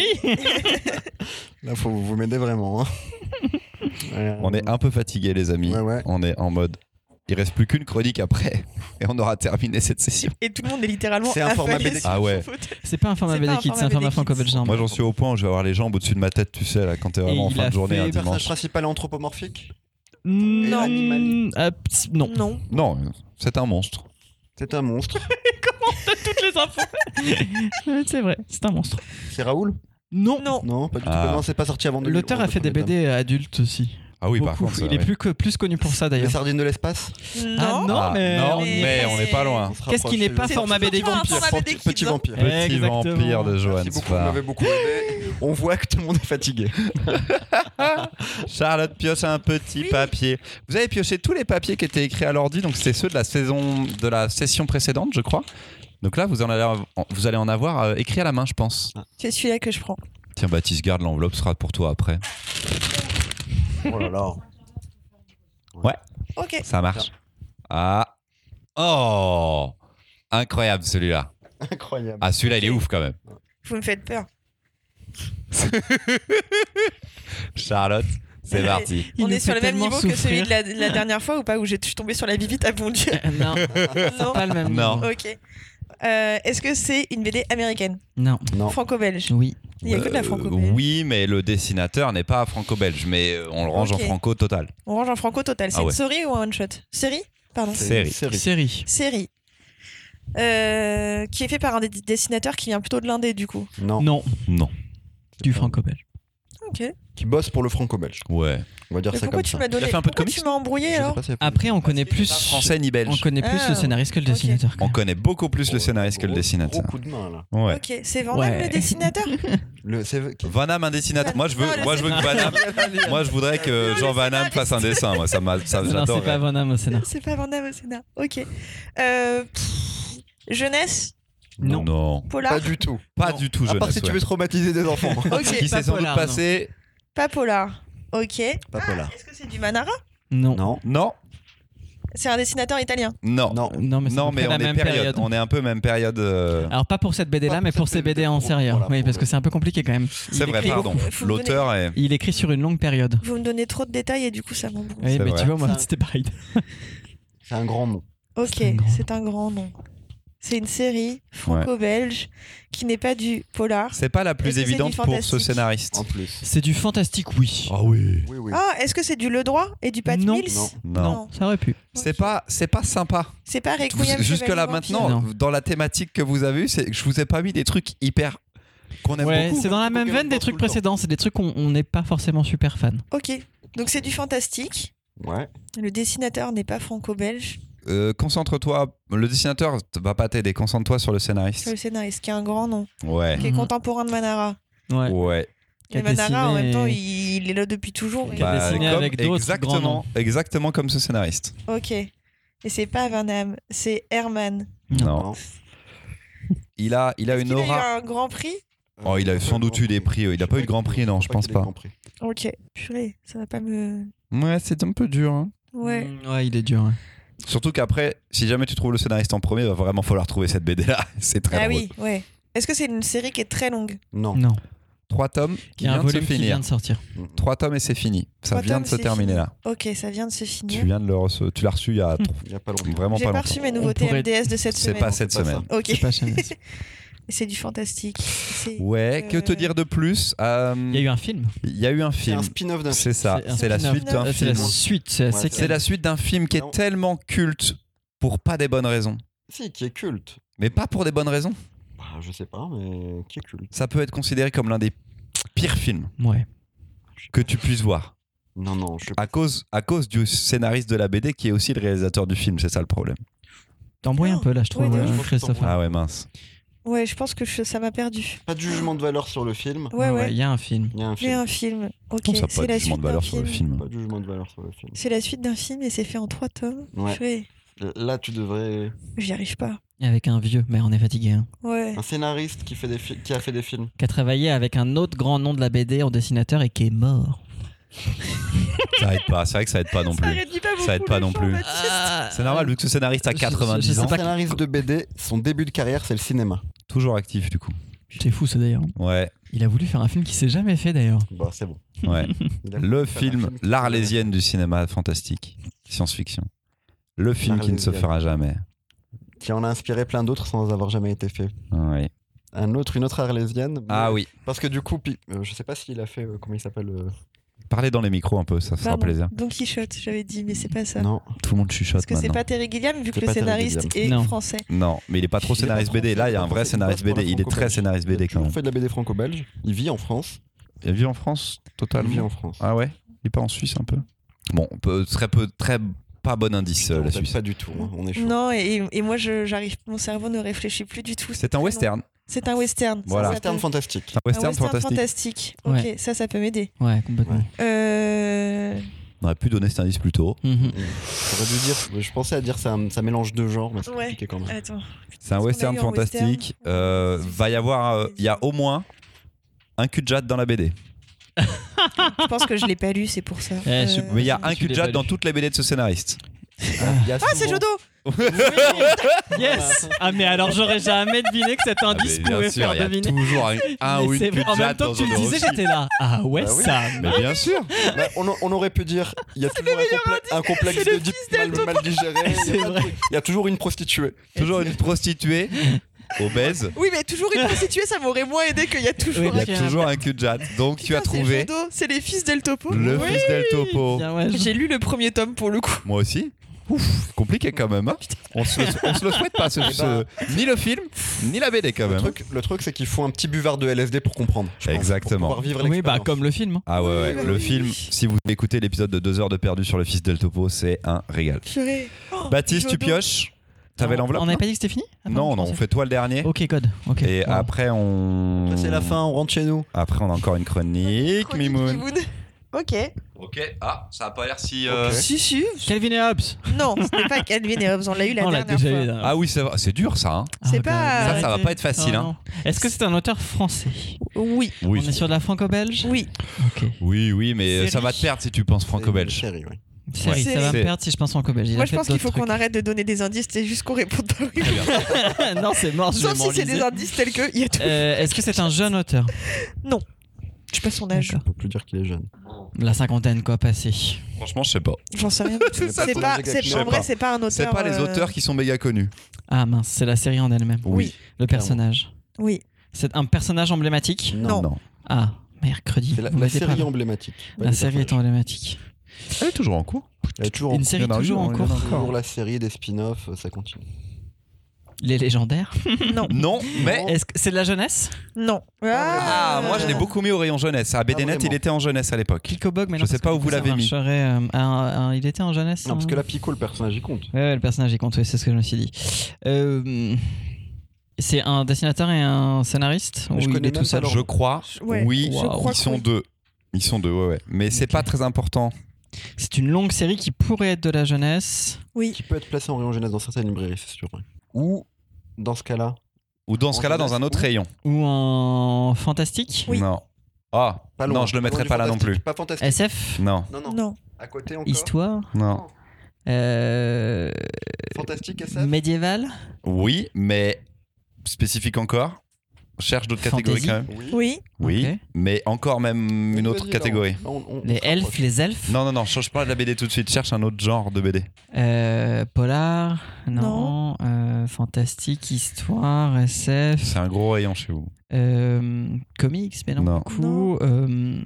Là, faut vous m'aider vraiment. hein. Euh, On est un peu fatigués, les amis. Ouais, ouais. On est en mode. Il reste plus qu'une chronique après et on aura terminé cette session. Et tout le monde est littéralement C'est un format affalé B D. sur Ah son ouais. fauteuil. C'est pas un format C'est B pas D un Kids, c'est format un format B D Kids. franco-belge normal. Moi, j'en suis au point où je vais avoir les jambes au-dessus de ma tête, tu sais, là, quand t'es vraiment Et en il fin a de journée, fait un le Le personnage dimanche. principal est anthropomorphique. Non. animalier. Euh, ps- non. Non. Non, c'est un monstre. C'est un monstre. toutes les infos. Ouais, c'est vrai, c'est un monstre. C'est Raoul? Non. Non. Non, pas du tout. Ah. Non, c'est pas sorti avant deux mille onze. L'auteur a fait des B D adultes aussi. Ah oui, par Beaucoup. contre. c'est Il est vrai. plus, que, plus connu pour ça Les d'ailleurs. sardines de l'espace. Non. Ah, non, Ah, mais non, on y mais est. on n'est pas loin. On se Qu'est-ce qui n'est pas C'est format B D toujours un vampire format B D Petit Kids, hein. vampire. Petit Exactement. vampire de Johan Merci beaucoup, vous Sfar. m'avez beaucoup aidé. On voit que tout le monde est fatigué. Charlotte pioche un petit Oui. papier. Vous avez pioché tous les papiers qui étaient écrits à l'ordi, donc c'était ceux de la saison, de la session précédente, je crois. Donc là, vous, en allez, vous allez en avoir euh, écrit à la main, je pense. C'est celui-là que je prends. Tiens, Baptiste, garde l'enveloppe, ce sera pour toi après. Oh là là. Ok. Ça marche. Ah. Oh. Incroyable celui-là. Incroyable. Ah, celui-là, il est ouf quand même. Vous me faites peur. Charlotte, c'est Allez. parti. Il On nous est sur fait le même tellement niveau que celui souffrir. de la, de la dernière fois ou pas où je suis tombée sur la bibite à bon Dieu. Euh, Non, Non. pas le même Non. niveau. Ok. Euh, Est-ce que c'est une B D américaine, Non. Non. franco-belge? Oui. Il y a que de la Euh, franco-belge. oui, mais le dessinateur n'est pas franco-belge, mais euh, on le range Ok. en franco total. On range en franco total. C'est Ah ouais. une série ou un one shot? Série? Pardon. C'est Série. une série. Série. Série. Euh, qui est fait par un des dessinateur qui vient plutôt de l'Indé du coup. Non. Non. Non. Du franco-belge. Ok. Qui bosse pour le franco-belge. Ouais. On va dire Mais ça pourquoi comme tu ça. m'as donné Il a fait un peu de pourquoi comics tu m'as embrouillé Je sais alors? pas si elle- Après, on connaît plus. Français ni belge. On connaît plus Ah, le scénariste que le ok. dessinateur. quand On même. connaît beaucoup plus le Oh, scénariste que le gros- dessinateur. Gros coup de main là. Ouais. Ok, c'est Van Damme Ouais. le dessinateur? Le, c'est... Van Damme, un dessinateur. Moi, je veux, Non, le moi, je veux que Van Damme. Moi, je voudrais que Jean Van Damme fasse un dessin. Moi, ça m'a, ça, Non, j'adore. c'est pas Van Damme au scénar. C'est pas Van Damme au Sénat. Ok. Euh, pff, jeunesse? Non. Non, Polar? Pas du tout. pas Non. du tout À part jeunesse. si tu ouais. veux traumatiser des enfants. Ok, Qui pas s'est sans doute polar, passé. pas polar. Ok. Pas polar. Est-ce que c'est du Manara? Non. Non. Non, C'est un dessinateur italien. non, Non. Non, mais c'est à non, peu mais près on la est même période. période. On est un peu même période. euh, Alors pas pour cette B D là, Pas mais pour pour cette ces B D B D, en pour- série. voilà, Oui, pour parce que le- c'est un peu compliqué quand même. C'est Il vrai, écrit- pardon. beaucoup. Faut me L'auteur est. Il écrit sur une longue période. Vous me donnez trop de détails et du coup ça m'embrouille. Oui, C'est mais vrai. tu vois, moi, Ça- c'était pareil. C'est un grand nom. Ok, C'est un grand c'est un grand nom. C'est une série franco-belge qui n'est pas du polar. C'est pas la plus Est-ce que c'est évidente du pour ce fantastique scénariste. En plus. C'est du fantastique, oui. Ah oui. Oui, oui. Ah, est-ce que c'est du Le Droit et du Pat Non. Mills? Non. Non. Ça aurait pu. C'est Ok. pas, c'est pas sympa. C'est pas Requiem. Jusque là Chevalier maintenant, Non. dans la thématique que vous avez eue, c'est que je vous ai pas mis des trucs hyper qu'on aime Ouais, beaucoup. c'est dans la beaucoup même qui veine des repassent trucs tout le temps. précédents. C'est des trucs qu'on on n'est pas forcément super fan. Ok, donc c'est du fantastique. Ouais. Le dessinateur n'est pas franco-belge. Euh, concentre-toi. Le dessinateur va pas t'aider. Concentre-toi sur le C'est scénariste. le scénariste qui a un grand nom, Ouais. qui est Mhm. contemporain de Manara. Ouais. Ouais. Qui a Mais Manara, en dessiné- même temps, il, il est là depuis toujours. Qui a dessiné comme- avec d'autres grands exactement, exactement comme ce scénariste. Ok. Et c'est pas Van Damme, c'est Herman. Non. Il a, il a Est-ce une qu'il a eu aura. un grand prix? Oh, il a sans doute eu des prix. Il a pas eu de grand prix, non, je pense pas. Ok. Purée, ça va pas me. Ouais, c'est un peu dur. hein. Ouais. Mm, Ouais, il est dur. ouais. Surtout qu'après, si jamais tu trouves le scénariste en premier, il va vraiment falloir trouver cette B D là. C'est très Ah drôle. oui, ouais. Est-ce que c'est une série qui est très longue? Non. Non. Trois tomes Il qui y a un viennent de se volume qui finir. vient de sortir. Trois tomes et c'est fini. Ça Trois vient tomes, de se c'est terminer fini. là. Ok, ça vient de se finir. Tu viens de le rece- tu l'as reçu il y a tr- Il n'y a pas longtemps. vraiment J'ai pas pas longtemps. reçu mes nouveautés pourrait- M D S de cette C'est semaine. pas cette c'est pas semaine. Ok. C'est pas Chanel. Et c'est du fantastique. C'est, Ouais, que te euh, dire de plus Euh, Il y a eu un film. Il y a eu un C'est film. un spin-off d'un C'est ça, un c'est la spin-off. suite d'un Euh, C'est la film. suite, c'est la Ouais, séquelle. C'est la suite d'un film qui est Non. tellement culte pour pas des bonnes raisons. Si, qui est culte. Mais pas pour des bonnes raisons. Bah, je sais pas, mais qui est culte. Ça peut être considéré comme l'un des pires films Ouais. que tu puisses voir. Non, non, je sais À cause, à cause du scénariste de la B D qui est aussi le réalisateur du film, c'est ça le problème. T'embrouilles un peu là, je trouve, Ouais, euh, je pense que Christophe. t'embrouilles. Ah ouais, mince. Ouais, je pense que je- ça m'a perdu. pas de jugement de valeur sur le film. Ouais, ouais. Il y a un film. Il y a un J'ai film. un film. Ok, Comment ça c'est pas de la jugement suite de valeur d'un sur le film. film Pas de jugement de valeur sur le film. C'est la suite d'un film et c'est fait en trois tomes. Ouais. Purée, Là, tu devrais. j'y arrive pas. Avec un vieux, mais on est fatigué. Hein. Ouais. Un scénariste qui, fait des fi- qui a fait des films. Qui a travaillé avec un autre grand nom de la B D en dessinateur et qui est mort. Ça aide pas, c'est vrai que ça aide pas non Ça plus. réduit pas beaucoup Ça aide pas le non champ, plus. Baptiste. C'est normal vu que ce scénariste a Je- je- quatre-vingt-dix je sais ans. Un pas- scénariste de B D, son début de carrière, c'est le cinéma. Toujours actif du coup. C'est fou ça d'ailleurs. Ouais, Il a voulu faire un film qui s'est jamais fait d'ailleurs. Bah, c'est bon. ouais. Il a Le voulu faire un film, qui- l'Arlésienne du cinéma fantastique, science-fiction. Le film qui ne se L'Arlésienne. fera jamais. Qui en a inspiré plein d'autres sans avoir jamais été fait. Ouais. Un autre, une autre arlésienne. mais- Ah oui. Parce que du coup, Pi- euh, je sais pas s'il a fait, euh, comment il s'appelle, euh, Parlez dans les micros un peu, ça fera Pardon, plaisir. Don Quichotte, j'avais dit, mais c'est pas ça. Non. Tout le monde chuchote Parce que c'est maintenant. pas Terry Gilliam, vu que C'est le pas Terry scénariste est Gilliam. Non. français. Non, mais il est pas trop Il est pas scénariste B D. Là, il y a un vrai français, scénariste il B D. passe pour Il est la très franco-belge. scénariste B D quand On même. fait de la B D franco-belge. Il vit en France. Il vit en France Il totalement. vit en France. Ah ouais. Il est pas en Suisse un peu. Bon, peu- très peu, très pas bon indice euh, Non, la peut-être Suisse. pas du tout. hein, On est chaud. Non, et, et moi, je, j'arrive, mon cerveau ne réfléchit plus du tout. C'est un Non. western. C'est un western. Voilà. Ça, ça Western peut- fantastique. Un western, un western fantastique. fantastique. Ok, Ouais. ça, ça peut m'aider. Ouais, complètement. Ouais. Euh... On aurait pu donner cet indice plus tôt. Mhm. J'aurais dû dire. Je pensais à dire ça, ça mélange deux genres, mais c'est Ouais. compliqué quand même. Attends. C'est un Qu'est-ce western qu'on a eu en fantastique. western Euh, va y avoir, euh, il y a au moins un cul de jatte dans la B D. Je pense que je l'ai pas lu, c'est pour ça. Eh, je- Euh, Mais il y a je un l'ai cul de pas jatte lu. dans toutes les B D de ce scénariste. Il y a Ah, c'est souvent- Jodo. Yes. Ah mais alors j'aurais jamais deviné que cet Ah, indice mais bien pouvait sûr, faire il y a deviner. toujours un, un Mais ou une c'est cul vrai, de en même jatte temps dans que tu le Jodo disais, aussi. j'étais là. Ah ouais, Bah oui. ça. Mais bien sûr. Bah, on, on aurait pu dire il y a toujours un, complè- un complexe c'est le de Deep fils mal, d'El mal digéré. Il y a C'est plein de vrai. trucs. Il y a toujours une prostituée. Toujours une prostituée obèse. Oui, mais toujours une prostituée, ça m'aurait moins aidé qu'il y a toujours. Oui, Il y un- a Parce qu'il y a toujours un cul de jatte. Donc tu as Putain, c'est trouvé Jodo, c'est les fils d'El Topo. le Oui. fils d'El Topo. Bien, ouais, je- J'ai lu le premier tome pour le coup. Moi aussi. Ouf, compliqué quand même. hein. On, se, on se le souhaite pas, ce, Eh ce- ni le film, ni la B D quand Le même. truc, le truc c'est qu'il faut un petit buvard de L S D pour comprendre. je pense, Exactement. Pour pouvoir vivre Oui, l'expérience. bah comme le film. hein. Ah ouais, ouais. Oui, Le oui. film, si vous écoutez l'épisode de deux heures de perdu sur le fils d'El Topo, c'est un régal. Purée. Oh, Baptiste, tu Jodo. pioches. T'avais On- l'enveloppe On n'avait non pas dit que c'était fini Attends, Non, je non, on pensais. fait toi le dernier. Ok, code. Ok. Et Wow. après, on. Là, c'est la fin, on rentre chez nous. Après, on a encore une chronique, Chronique Mimoun. Mimoun. Ok. Ok, ah, ça a pas l'air si. Ok. Si, si. Calvin et Hobbes. Non, ce n'est pas Calvin et Hobbes, on l'a eu la On l'a dernière déjà fois. eu. là. Ah oui, c'est vrai, c'est dur ça. Hein. C'est Ah, pas- bah, Ça, ça va arrêtez. pas être facile, Ah, hein. non. Est-ce que c'est un auteur français Oui, Oui, On est sur de la franco-belge oui. Ok. oui, oui, mais Série. ça va te perdre si tu penses C'est franco-belge. une série, oui. Série, Ouais. ça va me C'est- perdre si je pense franco-belge. Il Moi, a je fait pense qu'il faut d'autres qu'on arrête de donner des indices, c'est juste qu'on réponde pas oui. trucs. Non, c'est mort, je Sauf vais si c'est des m'enliser. indices tels que. Il y a tout. Euh, Est-ce que c'est un jeune auteur Je sais pas son âge. D'accord. On peut plus dire qu'il est jeune. La cinquantaine, quoi, passé. Franchement, je sais pas. J'en sais rien. C'est C'est pas pas, ton c'est- méga- en je sais vrai, pas. c'est pas un auteur. C'est pas les euh, auteurs qui sont méga connus. Ah mince, c'est la série en elle-même. Oui. Le personnage. Oui. C'est un personnage emblématique Non. Ah, mercredi. C'est la, Vous la m'étiez pas série là. emblématique. pas La les série est personnages. emblématique. Elle est toujours en cours. Elle est toujours en Une cours. série Il y en a toujours eu, en il y en a cours. encore. Toujours la série des spin-offs, euh, ça continue. Les légendaires. Non. Non, mais. Est-ce que c'est de la jeunesse Non. Ah, moi je l'ai beaucoup mis au rayon jeunesse. À B D net, vraiment. il était en jeunesse à l'époque. Picobog, mais Je non, sais parce pas que où du vous coup, ça l'avez mis. marcherait, euh, un- un- il était en jeunesse. Non, parce hein. que là, Pico, le personnage, il compte. Ouais, ouais, le personnage, il compte, oui, c'est ce que je me suis dit. Euh, c'est un dessinateur et un scénariste Mais ou je il connais est tout même seul pas leur- Je crois, Ouais, oui, je Wow. crois ils que sont oui. deux. Ils sont deux, ouais, ouais. Mais c'est Ok. pas très important. C'est une longue série qui pourrait être de la jeunesse. Oui. Qui peut être placé en rayon jeunesse dans certaines librairies, c'est sûr. ouais. Ou, dans ce cas-là, Ou dans ce En cas-là, dans jeunesse, un autre ou- rayon. Ou en fantastique. Oui. Non. Ah, pas non, loin. je le Pas mettrais loin du pas là non fantastique, plus. Pas fantastique. S F. Non, Non, non. Non. À côté encore. Histoire. non. Euh, Fantastique S F. médiéval. Oui, mais spécifique encore. Cherche d'autres catégories Fantasy. quand même. Oui. Oui. Oui, Ok. mais encore même une autre Vas-y, là, catégorie. on- on- on Les se elfes, rapproche. les elfes. Non, non, non, change pas de la B D tout de suite. Cherche un autre genre de B D. Euh, polar. Non. Euh, fantastique, histoire, S F. C'est un gros rayon chez vous. Euh, comics, mais non, Non. du coup. euh,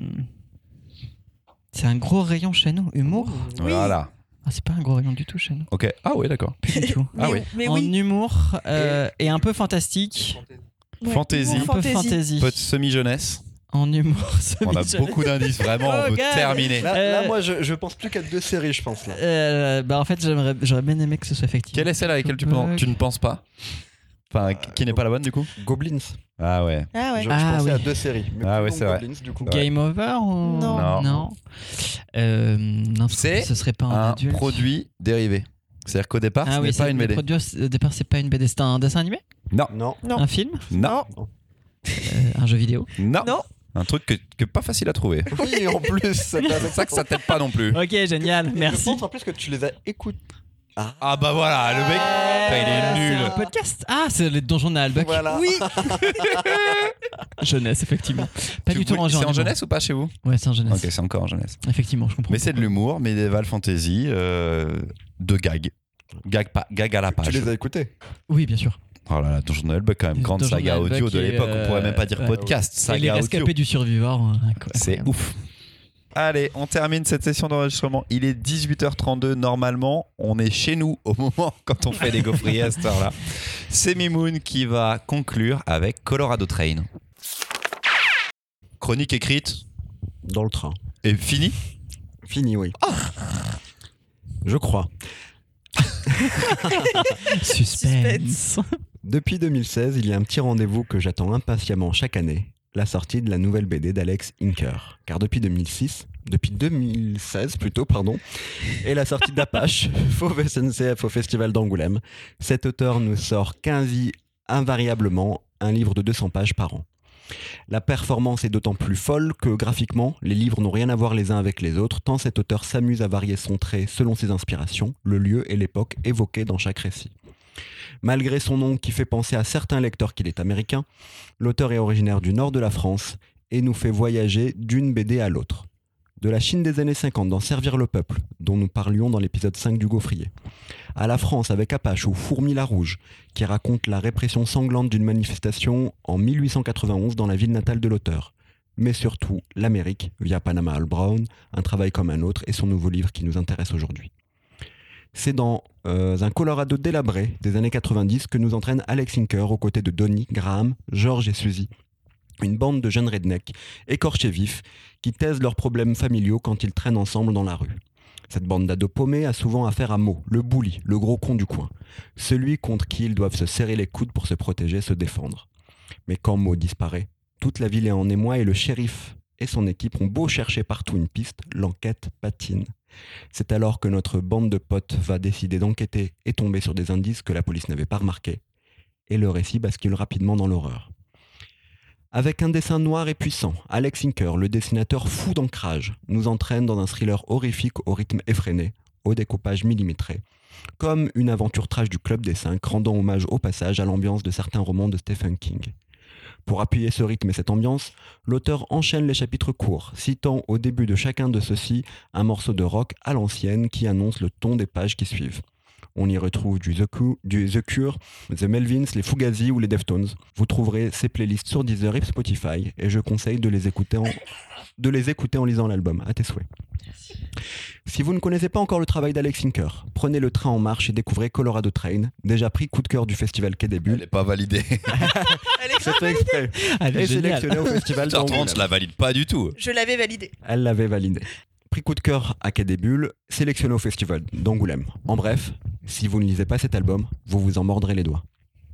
c'est un gros rayon chez nous. Humour. Oui. Voilà. Ah, c'est pas un gros rayon du tout chez nous. Ok. Ah oui, d'accord. Plus du tout. Ah mais, oui. Mais en oui. humour euh, et un peu fantastique. Ouais, Fantasy. Un humour, peu fantasy. Peu de semi-jeunesse. En humour. On a semi-jeunesse. beaucoup d'indices, vraiment. On Oh, veut God. terminer. Là, Euh, là, moi, je, je pense plus qu'à deux séries, je pense. Là. Euh, bah en fait j'aimerais j'aurais bien aimé que ce soit effectif. Quelle est celle à laquelle tu, penses- tu ne penses pas Enfin, qui n'est pas la bonne du coup Goblins. Ah ouais. Ah ouais. Je, je Ah, pensais à oui. deux séries. Mais Ah plus ouais, donc c'est vrai. Goblins, du coup. Ouais. Game over ou... Non. Non. Euh, non, C'est ce serait pas un, Un adulte. produit dérivé. C'est-à-dire qu'au départ, Ah ce oui, n'est c'est pas une le B D. produit, au départ c'est pas une B D, c'est un dessin animé, Non. Non. Non. un film, Non. euh, un jeu vidéo. Non. Non. Un truc que, que pas facile à trouver. Oui, en plus, ça t'a- C'est ça que ça t'aide pas non plus. Ok, génial, Je merci. pense en plus que tu les as écoutés. Ah, Ah bah voilà, le mec, putain, il est C'est nul. un podcast. Ah, c'est les donjons de Nalbuck. voilà. Oui. Jeunesse, effectivement. Pas Tu du tout voulais- rangé C'est en humour. jeunesse ou pas chez vous Ouais, c'est en jeunesse. Ok, c'est encore en jeunesse. Effectivement, je comprends. Mais c'est de l'humour, médiéval fantasy, euh, de gag. Gag, pa- gag à la Tu page. les as écoutés. Oui, bien sûr. Oh là là, Donjon de Hellbuck, quand même, grande Donjon de saga audio Hellbuck de et, l'époque. On pourrait même pas dire euh, podcast, Et les saga rescapés audio. du survivor. ouais, C'est incroyable. ouf. Allez, on termine cette session d'enregistrement. Il est dix-huit heures trente-deux. Normalement, on est chez nous au moment quand on fait les gaufriers à cette heure-là. C'est Mimoun qui va conclure avec Colorado Train. Chronique écrite. Dans le train. Et fini. Fini, oui. Oh Je crois. Suspense. Depuis deux mille seize, il y a un petit rendez-vous que j'attends impatiemment chaque année. La sortie de la nouvelle B D d'Alex Inker. Car depuis deux mille six, depuis deux mille seize plutôt, pardon, et la sortie d'Apache, Fauve S N C F au Festival d'Angoulême, cet auteur nous sort quasi invariablement un livre de deux cents pages par an. La performance est d'autant plus folle que graphiquement, les livres n'ont rien à voir les uns avec les autres, tant cet auteur s'amuse à varier son trait selon ses inspirations, le lieu et l'époque évoqués dans chaque récit. Malgré son nom qui fait penser à certains lecteurs qu'il est américain, l'auteur est originaire du nord de la France et nous fait voyager d'une B D à l'autre. De la Chine des années cinquante dans Servir le peuple, dont nous parlions dans l'épisode cinq du Gaufrier, à la France avec Apache ou Fourmi la Rouge, qui raconte la répression sanglante d'une manifestation en mille huit cent quatre-vingt-onze dans la ville natale de l'auteur, mais surtout l'Amérique via Panama Al Brown, Un travail comme un autre et son nouveau livre qui nous intéresse aujourd'hui. C'est dans euh, un Colorado délabré des années quatre-vingt-dix que nous entraîne Alex Inker aux côtés de Donnie, Graham, George et Suzy. Une bande de jeunes rednecks, écorchés vifs, qui taisent leurs problèmes familiaux quand ils traînent ensemble dans la rue. Cette bande d'ados paumés a souvent affaire à Mo, le bully, le gros con du coin. Celui contre qui ils doivent se serrer les coudes pour se protéger, se défendre. Mais quand Mo disparaît, toute la ville est en émoi et le shérif et son équipe ont beau chercher partout une piste, l'enquête patine. C'est alors que notre bande de potes va décider d'enquêter et tomber sur des indices que la police n'avait pas remarqués. Et le récit bascule rapidement dans l'horreur. Avec un dessin noir et puissant, Alex Inker, le dessinateur fou d'ancrage, nous entraîne dans un thriller horrifique au rythme effréné, au découpage millimétré, comme une aventure trash du Club des Cinq, rendant hommage au passage à l'ambiance de certains romans de Stephen King. Pour appuyer ce rythme et cette ambiance, l'auteur enchaîne les chapitres courts, citant au début de chacun de ceux-ci un morceau de rock à l'ancienne qui annonce le ton des pages qui suivent. On y retrouve du The, Cure, du The Cure, The Melvins, les Fugazi ou les Deftones. Vous trouverez ces playlists sur Deezer et Spotify et je conseille de les écouter en, de les écouter en lisant l'album, à tes souhaits. Si vous ne connaissez pas encore le travail d'Alex Inker, prenez le train en marche et découvrez Colorado Train, déjà prix coup de cœur du festival Quai des Bulles. Elle n'est pas validée. Elle est C'est grave fait exprès. Elle est Et géniale. sélectionnée au festival huit heures trente, d'Angoulême. je la valide pas du tout. Je l'avais validé. Elle l'avait validé. Prix coup de cœur à Quai des Bulles, sélectionné au festival d'Angoulême. En bref, si vous ne lisez pas cet album, vous vous en mordrez les doigts.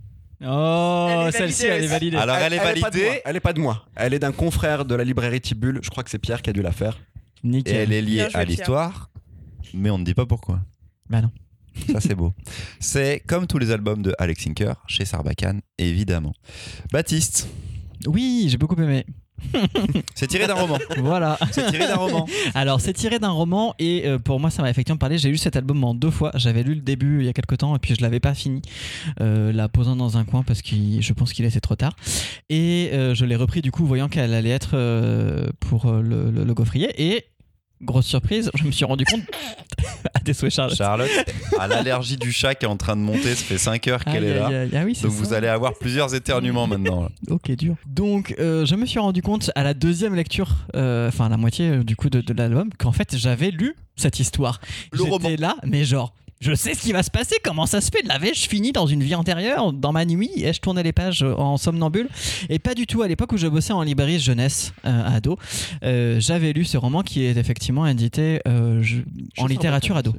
Oh, Elle est celle-ci, validée elle est aussi. validée. Alors elle est pas de moi. validée Elle est pas de moi. Elle est d'un confrère de la librairie Tibule. Je crois que c'est Pierre qui a dû la faire. et Nickel. elle est liée Bien joué, à Pierre. l'histoire, mais on ne dit pas pourquoi. Bah non. Ça c'est beau. C'est comme tous les albums de Alex Inker chez Sarbacane, évidemment. Baptiste, Oui, j'ai beaucoup aimé. c'est tiré d'un roman. Voilà. C'est tiré d'un roman. Alors, c'est tiré d'un roman et euh, pour moi, ça m'a effectivement parlé. J'ai lu cet album en deux fois. J'avais lu le début il y a quelques temps et puis je l'avais pas fini, euh, la posant dans un coin parce que je pense qu'il était trop tard. Et euh, je l'ai repris du coup, voyant qu'elle allait être euh, pour euh, le, le, le gaufrier. Et grosse surprise, je me suis rendu compte. À tes souhaits, Charlotte. Charlotte a l'allergie du chat qui est en train de monter. Ça fait cinq heures qu'elle Aïe, est là. aïe, aïe. Ah oui, c'est Donc ça. vous allez avoir plusieurs éternuements maintenant. là. Ok, dur. Donc, euh, je me suis rendu compte à la deuxième lecture, euh, enfin la moitié euh, du coup de, de l'album, qu'en fait j'avais lu cette histoire. Le J'étais roman. là, mais genre, je sais ce qui va se passer. Comment ça se fait? L'avais-je fini dans une vie antérieure, dans ma nuit? Ai-je tourné les pages en somnambule? Et pas du tout. À l'époque où je bossais en librairie jeunesse euh, ado, euh, j'avais lu ce roman qui est effectivement édité euh, je- en littérature ado.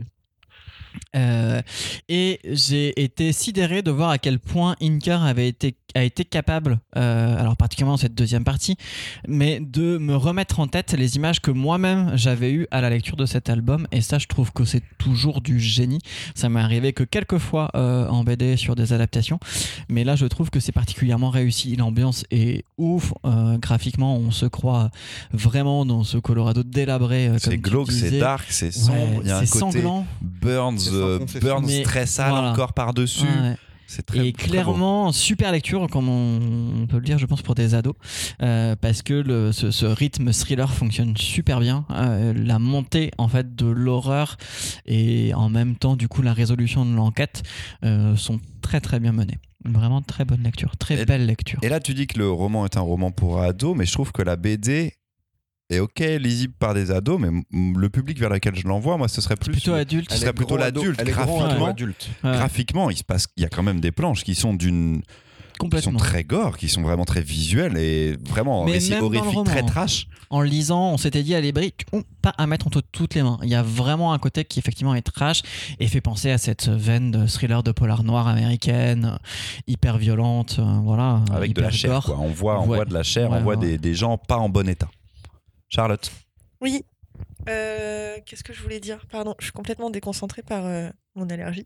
Euh, et j'ai été sidéré de voir à quel point Inker avait été, a été capable, euh, alors particulièrement dans cette deuxième partie, mais de me remettre en tête les images que moi-même j'avais eues à la lecture de cet album. Et ça, je trouve que c'est toujours du génie. Ça m'est arrivé que quelques fois euh, en B D sur des adaptations, mais là, je trouve que c'est particulièrement réussi. L'ambiance est ouf. Euh, graphiquement, on se croit vraiment dans ce Colorado délabré. euh, C'est comme tu glauque, c'est disais. dark, c'est sombre. Ouais, Il y a un c'est côté sanglant. Burns, C'est sans euh, concession. Burns Mais très sale voilà. encore par-dessus. Ouais. C'est très, Et très beau. clairement, super lecture, comme on, on peut le dire, je pense, pour des ados, euh, parce que le, ce, ce rythme thriller fonctionne super bien. Euh, la montée en fait de l'horreur et en même temps, du coup, la résolution de l'enquête euh, sont très très bien menées. Vraiment très bonne lecture, très Et- belle lecture. Et là, tu dis que le roman est un roman pour ados, mais je trouve que la B D est ok, lisible par des ados, mais m- le public vers lequel je l'envoie, moi, ce serait plus. Plutôt adulte. Ce Elle serait est plutôt grand ado- l'adulte. elle est grand ado Graphiquement, adulte. Ouais, graphiquement, il se passe, il y a quand même des planches qui sont d'une, qui sont complètement. très gore, qui sont vraiment très visuelles et vraiment un Mais récit même dans le horrifique, roman, très hein. trash. En le lisant, on s'était dit à l'ébris, oh, pas à mettre entre toutes les mains. Il y a vraiment un côté qui effectivement est trash et fait penser à cette veine de thriller de polar noir américaine, hyper violente, euh, voilà. Avec de hyper la chair, gore. quoi. On voit, on Ouais. voit de la chair, Ouais, on voit ouais. des, des gens pas en bon état. Charlotte. Oui. Euh, Qu'est-ce que je voulais dire? Pardon, je suis complètement déconcentrée par euh, mon allergie.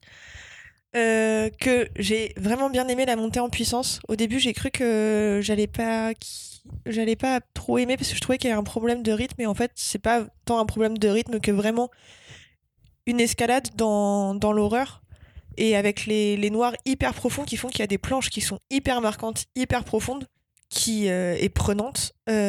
Euh, que j'ai vraiment bien aimé la montée en puissance. Au début, j'ai cru que j'allais pas, qui- j'allais pas trop aimer parce que je trouvais qu'il y avait un problème de rythme. Et en fait, c'est pas tant un problème de rythme que vraiment une escalade dans, dans l'horreur. Et avec les, les noirs hyper profonds qui font qu'il y a des planches qui sont hyper marquantes, hyper profondes, qui euh, est prenante.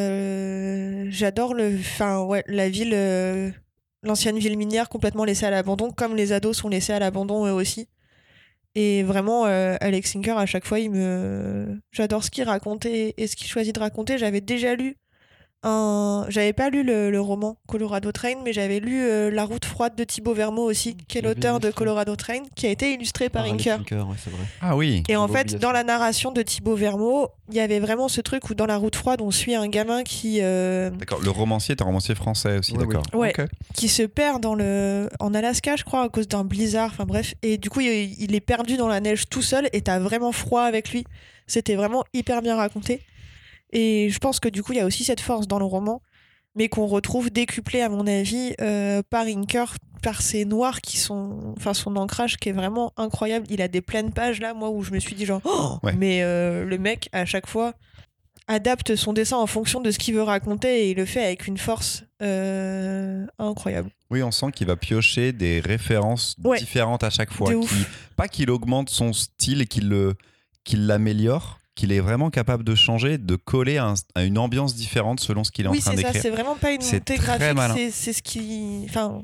Euh, J'adore le, enfin ouais, la ville, euh, l'ancienne ville minière complètement laissée à l'abandon, comme les ados sont laissés à l'abandon eux aussi. Et vraiment, euh, Alex Sinker, à chaque fois, il me, j'adore ce qu'il racontait et ce qu'il choisit de raconter. J'avais déjà lu un, j'avais pas lu le, le roman Colorado Train, mais j'avais lu euh, La Route froide de Thibaut Vermeau aussi, qui est l'avais l'auteur de illustré. Colorado Train, qui a été illustré par Alex Inker. Sinker, ouais, c'est vrai. Ah oui. Et en J'avais fait, oublié dans ça. la narration de Thibaut Vermeau, il y avait vraiment ce truc où dans La Route froide, on suit un gamin qui, euh, D'accord. Le romancier est un romancier français aussi, Ouais, d'accord. oui. Ouais. Ok. qui se perd dans le... en Alaska, je crois, à cause d'un blizzard. Enfin bref. Et du coup, il, il est perdu dans la neige tout seul et t'as vraiment froid avec lui. C'était vraiment hyper bien raconté. Et je pense que du coup, il y a aussi cette force dans le roman, mais qu'on retrouve décuplée, à mon avis, euh, par Inker, par ces noirs qui sont. Enfin, son ancrage qui est vraiment incroyable. Il a des pleines pages là, moi, où je me suis dit, genre, oh Ouais. mais euh, le mec, à chaque fois, adapte son dessin en fonction de ce qu'il veut raconter et il le fait avec une force euh, incroyable. Oui, on sent qu'il va piocher des références Ouais. différentes à chaque fois. De Qui, ouf. pas qu'il augmente son style et qu'il le, qu'il l'améliore, qu'il est vraiment capable de changer, de coller à, un- à une ambiance différente selon ce qu'il est Oui, en train c'est ça, d'écrire. c'est vraiment pas une C'est montée très graphique, malin. c'est- c'est ce qui. Enfin,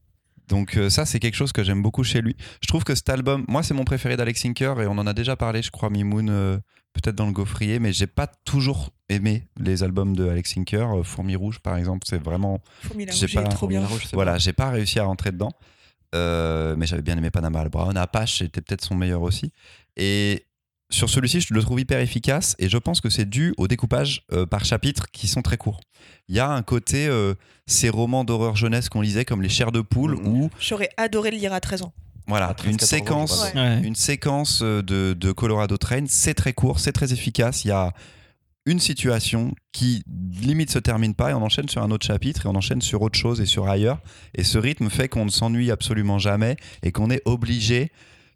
Donc euh, ça, c'est quelque chose que j'aime beaucoup chez lui. Je trouve que cet album, moi, c'est mon préféré d'Alex Sinker et on en a déjà parlé, je crois, Mimoun, euh, peut-être dans le gaufrier, mais j'ai pas toujours aimé les albums de Alex Sinker. Euh, Fourmi Rouge, par exemple, c'est vraiment... Formula J'ai Rouge, il est pas- trop bien. Formula Rouge, c'est Voilà, vrai. j'ai pas réussi à rentrer dedans. Euh, mais j'avais bien aimé Panama Brown. Apache était peut-être son meilleur aussi. Et sur celui-ci, je le trouve hyper efficace et je pense que c'est dû au découpage euh, par chapitres qui sont très courts. Il y a un côté, euh, ces romans d'horreur jeunesse qu'on lisait comme Les Chairs de poule, Mhm. où J'aurais adoré le lire à treize ans. voilà, À treize, une quatorze ans, séquence, Ouais. Ouais. une séquence euh, de, de Colorado Train, c'est très court, c'est très efficace. Il y a une situation qui limite se termine pas et on enchaîne sur un autre chapitre et on enchaîne sur autre chose et sur ailleurs. Et ce rythme fait qu'on ne s'ennuie absolument jamais et qu'on est obligé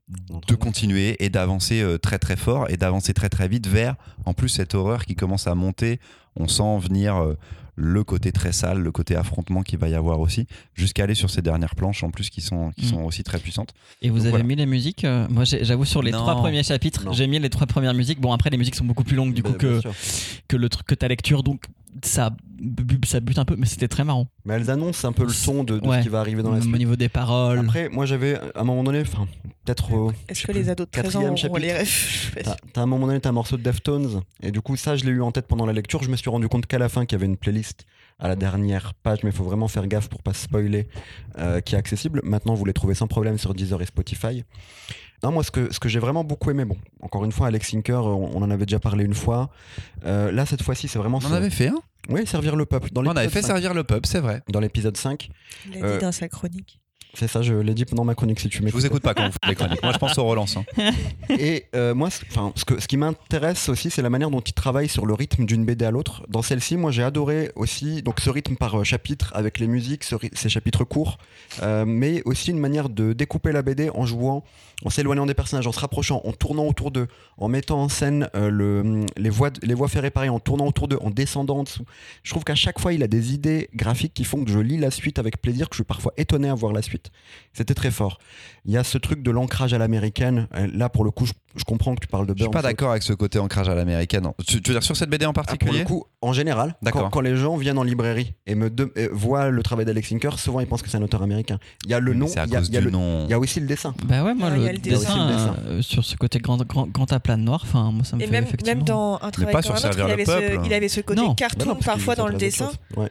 de continuer et d'avancer euh, très très fort et d'avancer très très vite vers en plus cette horreur qui commence à monter. On sent venir euh, le côté très sale, le côté affrontement qu'il va y avoir aussi, jusqu'à aller sur ces dernières planches en plus qui sont, qui Mm. sont aussi très puissantes. Et vous Donc avez voilà. mis les musiques euh, Moi, j'ai- j'avoue, sur les Non. trois premiers chapitres, Non. j'ai mis les trois premières musiques. Bon, après, les musiques sont beaucoup plus longues du Bah, coup bien que, sûr. que, le truc, que ta lecture, donc ça, bu- ça bute un peu, mais c'était très marrant. Mais elles annoncent un peu le ton de, de Ouais. ce qui va arriver dans la Au suite. niveau des paroles. Après, moi j'avais à un moment donné, enfin peut-être au Est-ce je que sais les plus, ados de treize ans quatrième auront chapitre, les rêves? Je suis pas T'as, sûre. t'as à un moment donné, t'as un morceau de Deftones, et du coup, ça, je l'ai eu en tête pendant la lecture. Je me suis rendu compte qu'à la fin, qu'il y avait une playlist à la dernière page, mais il faut vraiment faire gaffe pour pas spoiler, euh, qui est accessible. Maintenant, vous les trouvez sans problème sur Deezer et Spotify. Non, moi, ce que, ce que j'ai vraiment beaucoup aimé, bon, encore une fois, Alex Sinker, on, on en avait déjà parlé une fois. Euh, là, cette fois-ci, c'est vraiment. On en ce- avait fait un Oui, servir le peuple. Dans On avait l'épisode fait cinq. servir le pub, c'est vrai. Dans l'épisode cinq. Il a Euh, dit dans sa chronique. C'est ça, je l'ai dit pendant ma chronique si tu Je m'écoutes. vous écoute pas quand vous faites les chroniques. Moi, je pense aux relances. hein. Et euh, moi, ce- enfin, ce, que, ce qui m'intéresse aussi, c'est la manière dont il travaille sur le rythme d'une B D à l'autre. Dans celle-ci, moi, j'ai adoré aussi donc ce rythme par euh, chapitre avec les musiques, ce ry- ces chapitres courts, euh, mais aussi une manière de découper la B D en jouant, en s'éloignant des personnages, en se rapprochant, en tournant autour d'eux, en mettant en scène euh, le, les, voies, de- les voies ferrées pareil, en tournant autour d'eux, en descendant en dessous. Je trouve qu'à chaque fois, il a des idées graphiques qui font que je lis la suite avec plaisir, que je suis parfois étonné à voir la suite. C'était très fort. Il y a ce truc de l'ancrage à l'américaine. Euh, Là, pour le coup, je, je comprends que tu parles de Je suis Burns. pas d'accord avec ce côté ancrage à l'américaine. Tu, tu veux dire sur cette B D en Ah, pour particulier le coup, en général, D'accord. quand, quand les gens viennent en librairie et me de- et voient le travail d'Alex Sinker, souvent ils pensent que c'est un auteur américain. Il y a le nom, C'est à il y a, cause il y a du le- nom. il y a aussi le dessin. Bah ouais, moi, Ah, il y le, a le dessin, dessin. Il y a aussi le dessin. euh, sur ce côté grand, grand, grand aplat noir, enfin, moi, ça me Et fait même, effectivement. même dans un travail pas comme sur un autre, Servir il le avait, peuple. ce, il avait ce côté Non. cartoon Bah non, parce qu'il parfois dans le s'intéresse à dessin. autre chose. Ouais.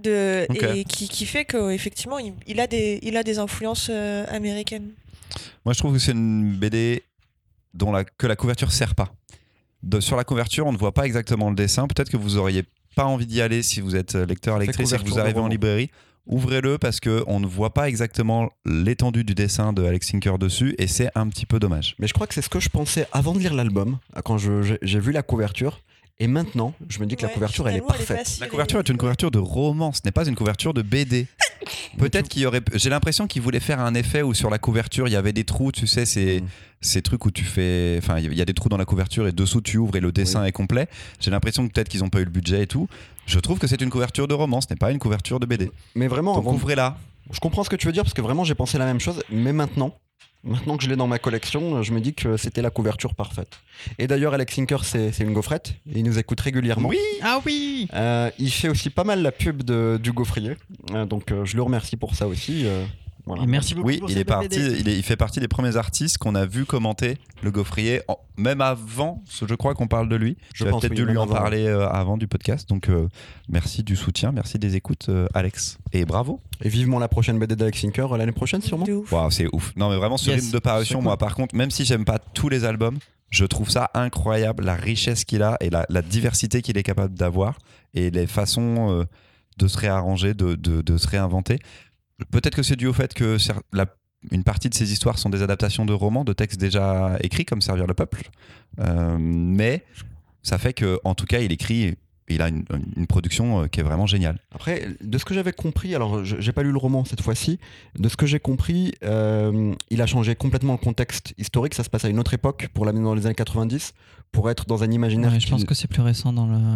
de, Ok. et qui, qui fait qu'effectivement, il, il, a des, il a des influences euh, américaines. Moi, je trouve que c'est une B D dont la, que la couverture sert pas. De, sur la couverture, on ne voit pas exactement le dessin. Peut-être que vous auriez pas envie d'y aller si vous êtes lecteur, lectrice et que vous couverture de arrivez en roman. librairie. Ouvrez-le parce qu'on ne voit pas exactement l'étendue du dessin de Alex Sinker dessus et c'est un petit peu dommage. Mais je crois que c'est ce que je pensais avant de lire l'album, quand je- j'ai j'ai vu la couverture. Et maintenant, je me dis que la Ouais, couverture, elle est finalement, pas parfaite. si- La couverture est une couverture de roman, ce n'est pas une couverture de B D. Peut-être qu'il y aurait. J'ai l'impression qu'il voulait faire un effet où sur la couverture il y avait des trous, tu sais, ces, Mm. ces trucs où tu fais. Enfin, il y a des trous dans la couverture et dessous tu ouvres et le dessin Oui. est complet. J'ai l'impression que peut-être qu'ils n'ont pas eu le budget et tout. Je trouve que c'est une couverture de roman, ce n'est pas une couverture de B D. Mais vraiment, Donc avant- ouvrez-la. je comprends ce que tu veux dire parce que vraiment, j'ai pensé la même chose. Mais maintenant, maintenant que je l'ai dans ma collection, je me dis que c'était la couverture parfaite. Et d'ailleurs, Alex Sinker, c'est c'est une gaufrette. Et il nous écoute régulièrement. Oui. Ah oui. Euh, il fait aussi pas mal la pub de- du gaufrier. Euh, donc, euh, je le remercie pour ça aussi. euh, voilà. Et merci beaucoup Oui, pour il cette est parti. B D. Il, est- il fait partie des premiers artistes qu'on a vu commenter le gaufrier, en- même avant. Je crois qu'on parle de lui. Je Tu as pense, peut-être oui, dû lui même en avant. parler euh, avant du podcast. Donc euh, merci du soutien, merci des écoutes, euh, Alex. Et bravo. Et vivement la prochaine B D d'Alex Sinker euh, l'année prochaine, sûrement. De ouf. Waouh, c'est ouf. Non, mais vraiment, ce Yes, rythme de parution, c'est moi, cool. par contre, même si j'aime pas tous les albums, je trouve ça incroyable, la richesse qu'il a et la, la diversité qu'il est capable d'avoir et les façons euh, de se réarranger, de, de, de se réinventer. Peut-être que c'est dû au fait que cer- la- une partie de ses histoires sont des adaptations de romans, de textes déjà écrits, comme Servir le peuple. Euh, mais ça fait que, en tout cas, il écrit. Il a une, une production euh, qui est vraiment géniale. Après, de ce que j'avais compris, alors je- j'ai pas lu le roman cette fois-ci, de ce que j'ai compris, euh, il a changé complètement le contexte historique, ça se passe à une autre époque, pour l'amener dans les années quatre-vingt-dix, pour être dans un imaginaire Ouais, je pense qui- que c'est plus récent dans le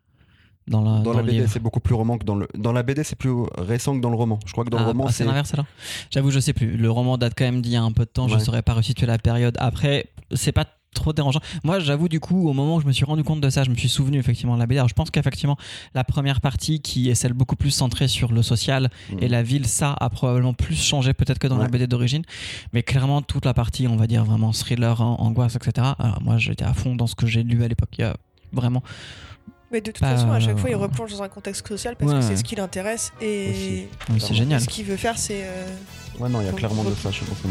dans, la, dans dans la le B D, livre. c'est beaucoup plus roman que dans le... Dans la B D, c'est plus récent que dans le roman. Je crois que dans Ah, le roman, ah, c'est c'est... l'inverse alors. J'avoue, je sais plus. Le roman date quand même d'il y a un peu de temps. Je Ouais. saurais pas resituer la période. Après, c'est pas trop dérangeant. Moi, j'avoue, du coup, au moment où je me suis rendu compte de ça, je me suis souvenu effectivement de la B D. Alors, je pense qu'effectivement, la première partie, qui est celle beaucoup plus centrée sur le social Mhm. et la ville, ça a probablement plus changé peut-être que dans la Ouais. B D d'origine. Mais clairement, toute la partie, on va dire vraiment thriller, hein, angoisse, et cetera. Alors, moi, j'étais à fond dans ce que j'ai lu à l'époque. Il y a vraiment. Mais de toute Bah, façon, à chaque euh, fois, il replonge dans un contexte social parce ouais. que c'est ce qui l'intéresse. Et Aussi. Oui, c'est génial. ce qu'il veut faire, c'est. euh, Ouais, non, il y a clairement de ça, je pense.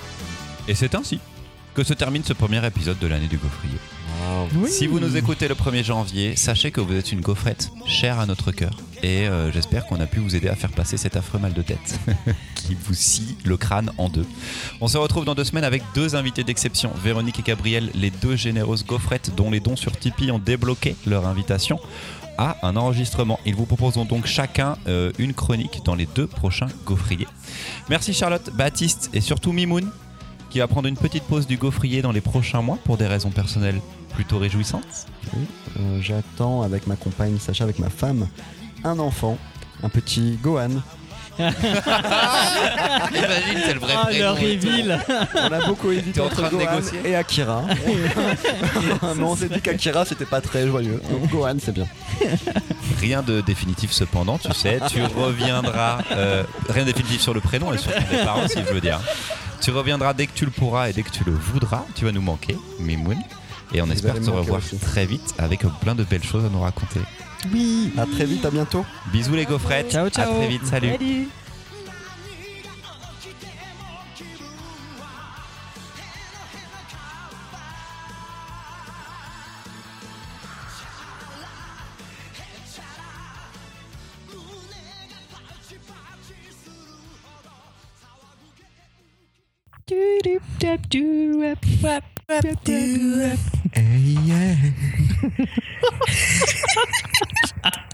Et c'est ainsi que se termine ce premier épisode de l'année du gaufrier. Wow. Si vous nous écoutez le premier janvier, sachez que vous êtes une gaufrette chère à notre cœur. Et euh, j'espère qu'on a pu vous aider à faire passer cet affreux mal de tête qui vous scie le crâne en deux. On se retrouve dans deux semaines avec deux invités d'exception, Véronique et Gabriel, les deux généreuses gaufrettes dont les dons sur Tipeee ont débloqué leur invitation à un enregistrement. Ils vous proposeront donc chacun euh, une chronique dans les deux prochains gaufriers. Merci Charlotte, Baptiste et surtout Mimoun, qui va prendre une petite pause du gaufrier dans les prochains mois pour des raisons personnelles plutôt réjouissantes. Oui, euh, j'attends avec ma compagne Sacha, avec ma femme, un enfant, un petit Gohan. Imagine, c'est le vrai Ah, le reveal. On a beaucoup hésité T'es en entre train de Gohan négocier et Akira. Mais on s'est dit qu'Akira, c'était pas très joyeux. Donc Gohan, c'est bien. Rien de définitif cependant, tu sais, tu reviendras, euh, rien de définitif sur le prénom et sur ton départ aussi, je veux dire. Tu reviendras dès que tu le pourras et dès que tu le voudras, tu vas nous manquer, Mimoun. Et on Vous espère allez te me manquer revoir aussi. très vite avec plein de belles choses à nous raconter. Oui. À très vite, à bientôt. Bisous les gaufrettes, Ciao, ciao. à très vite, salut. Salut! Hey, yeah.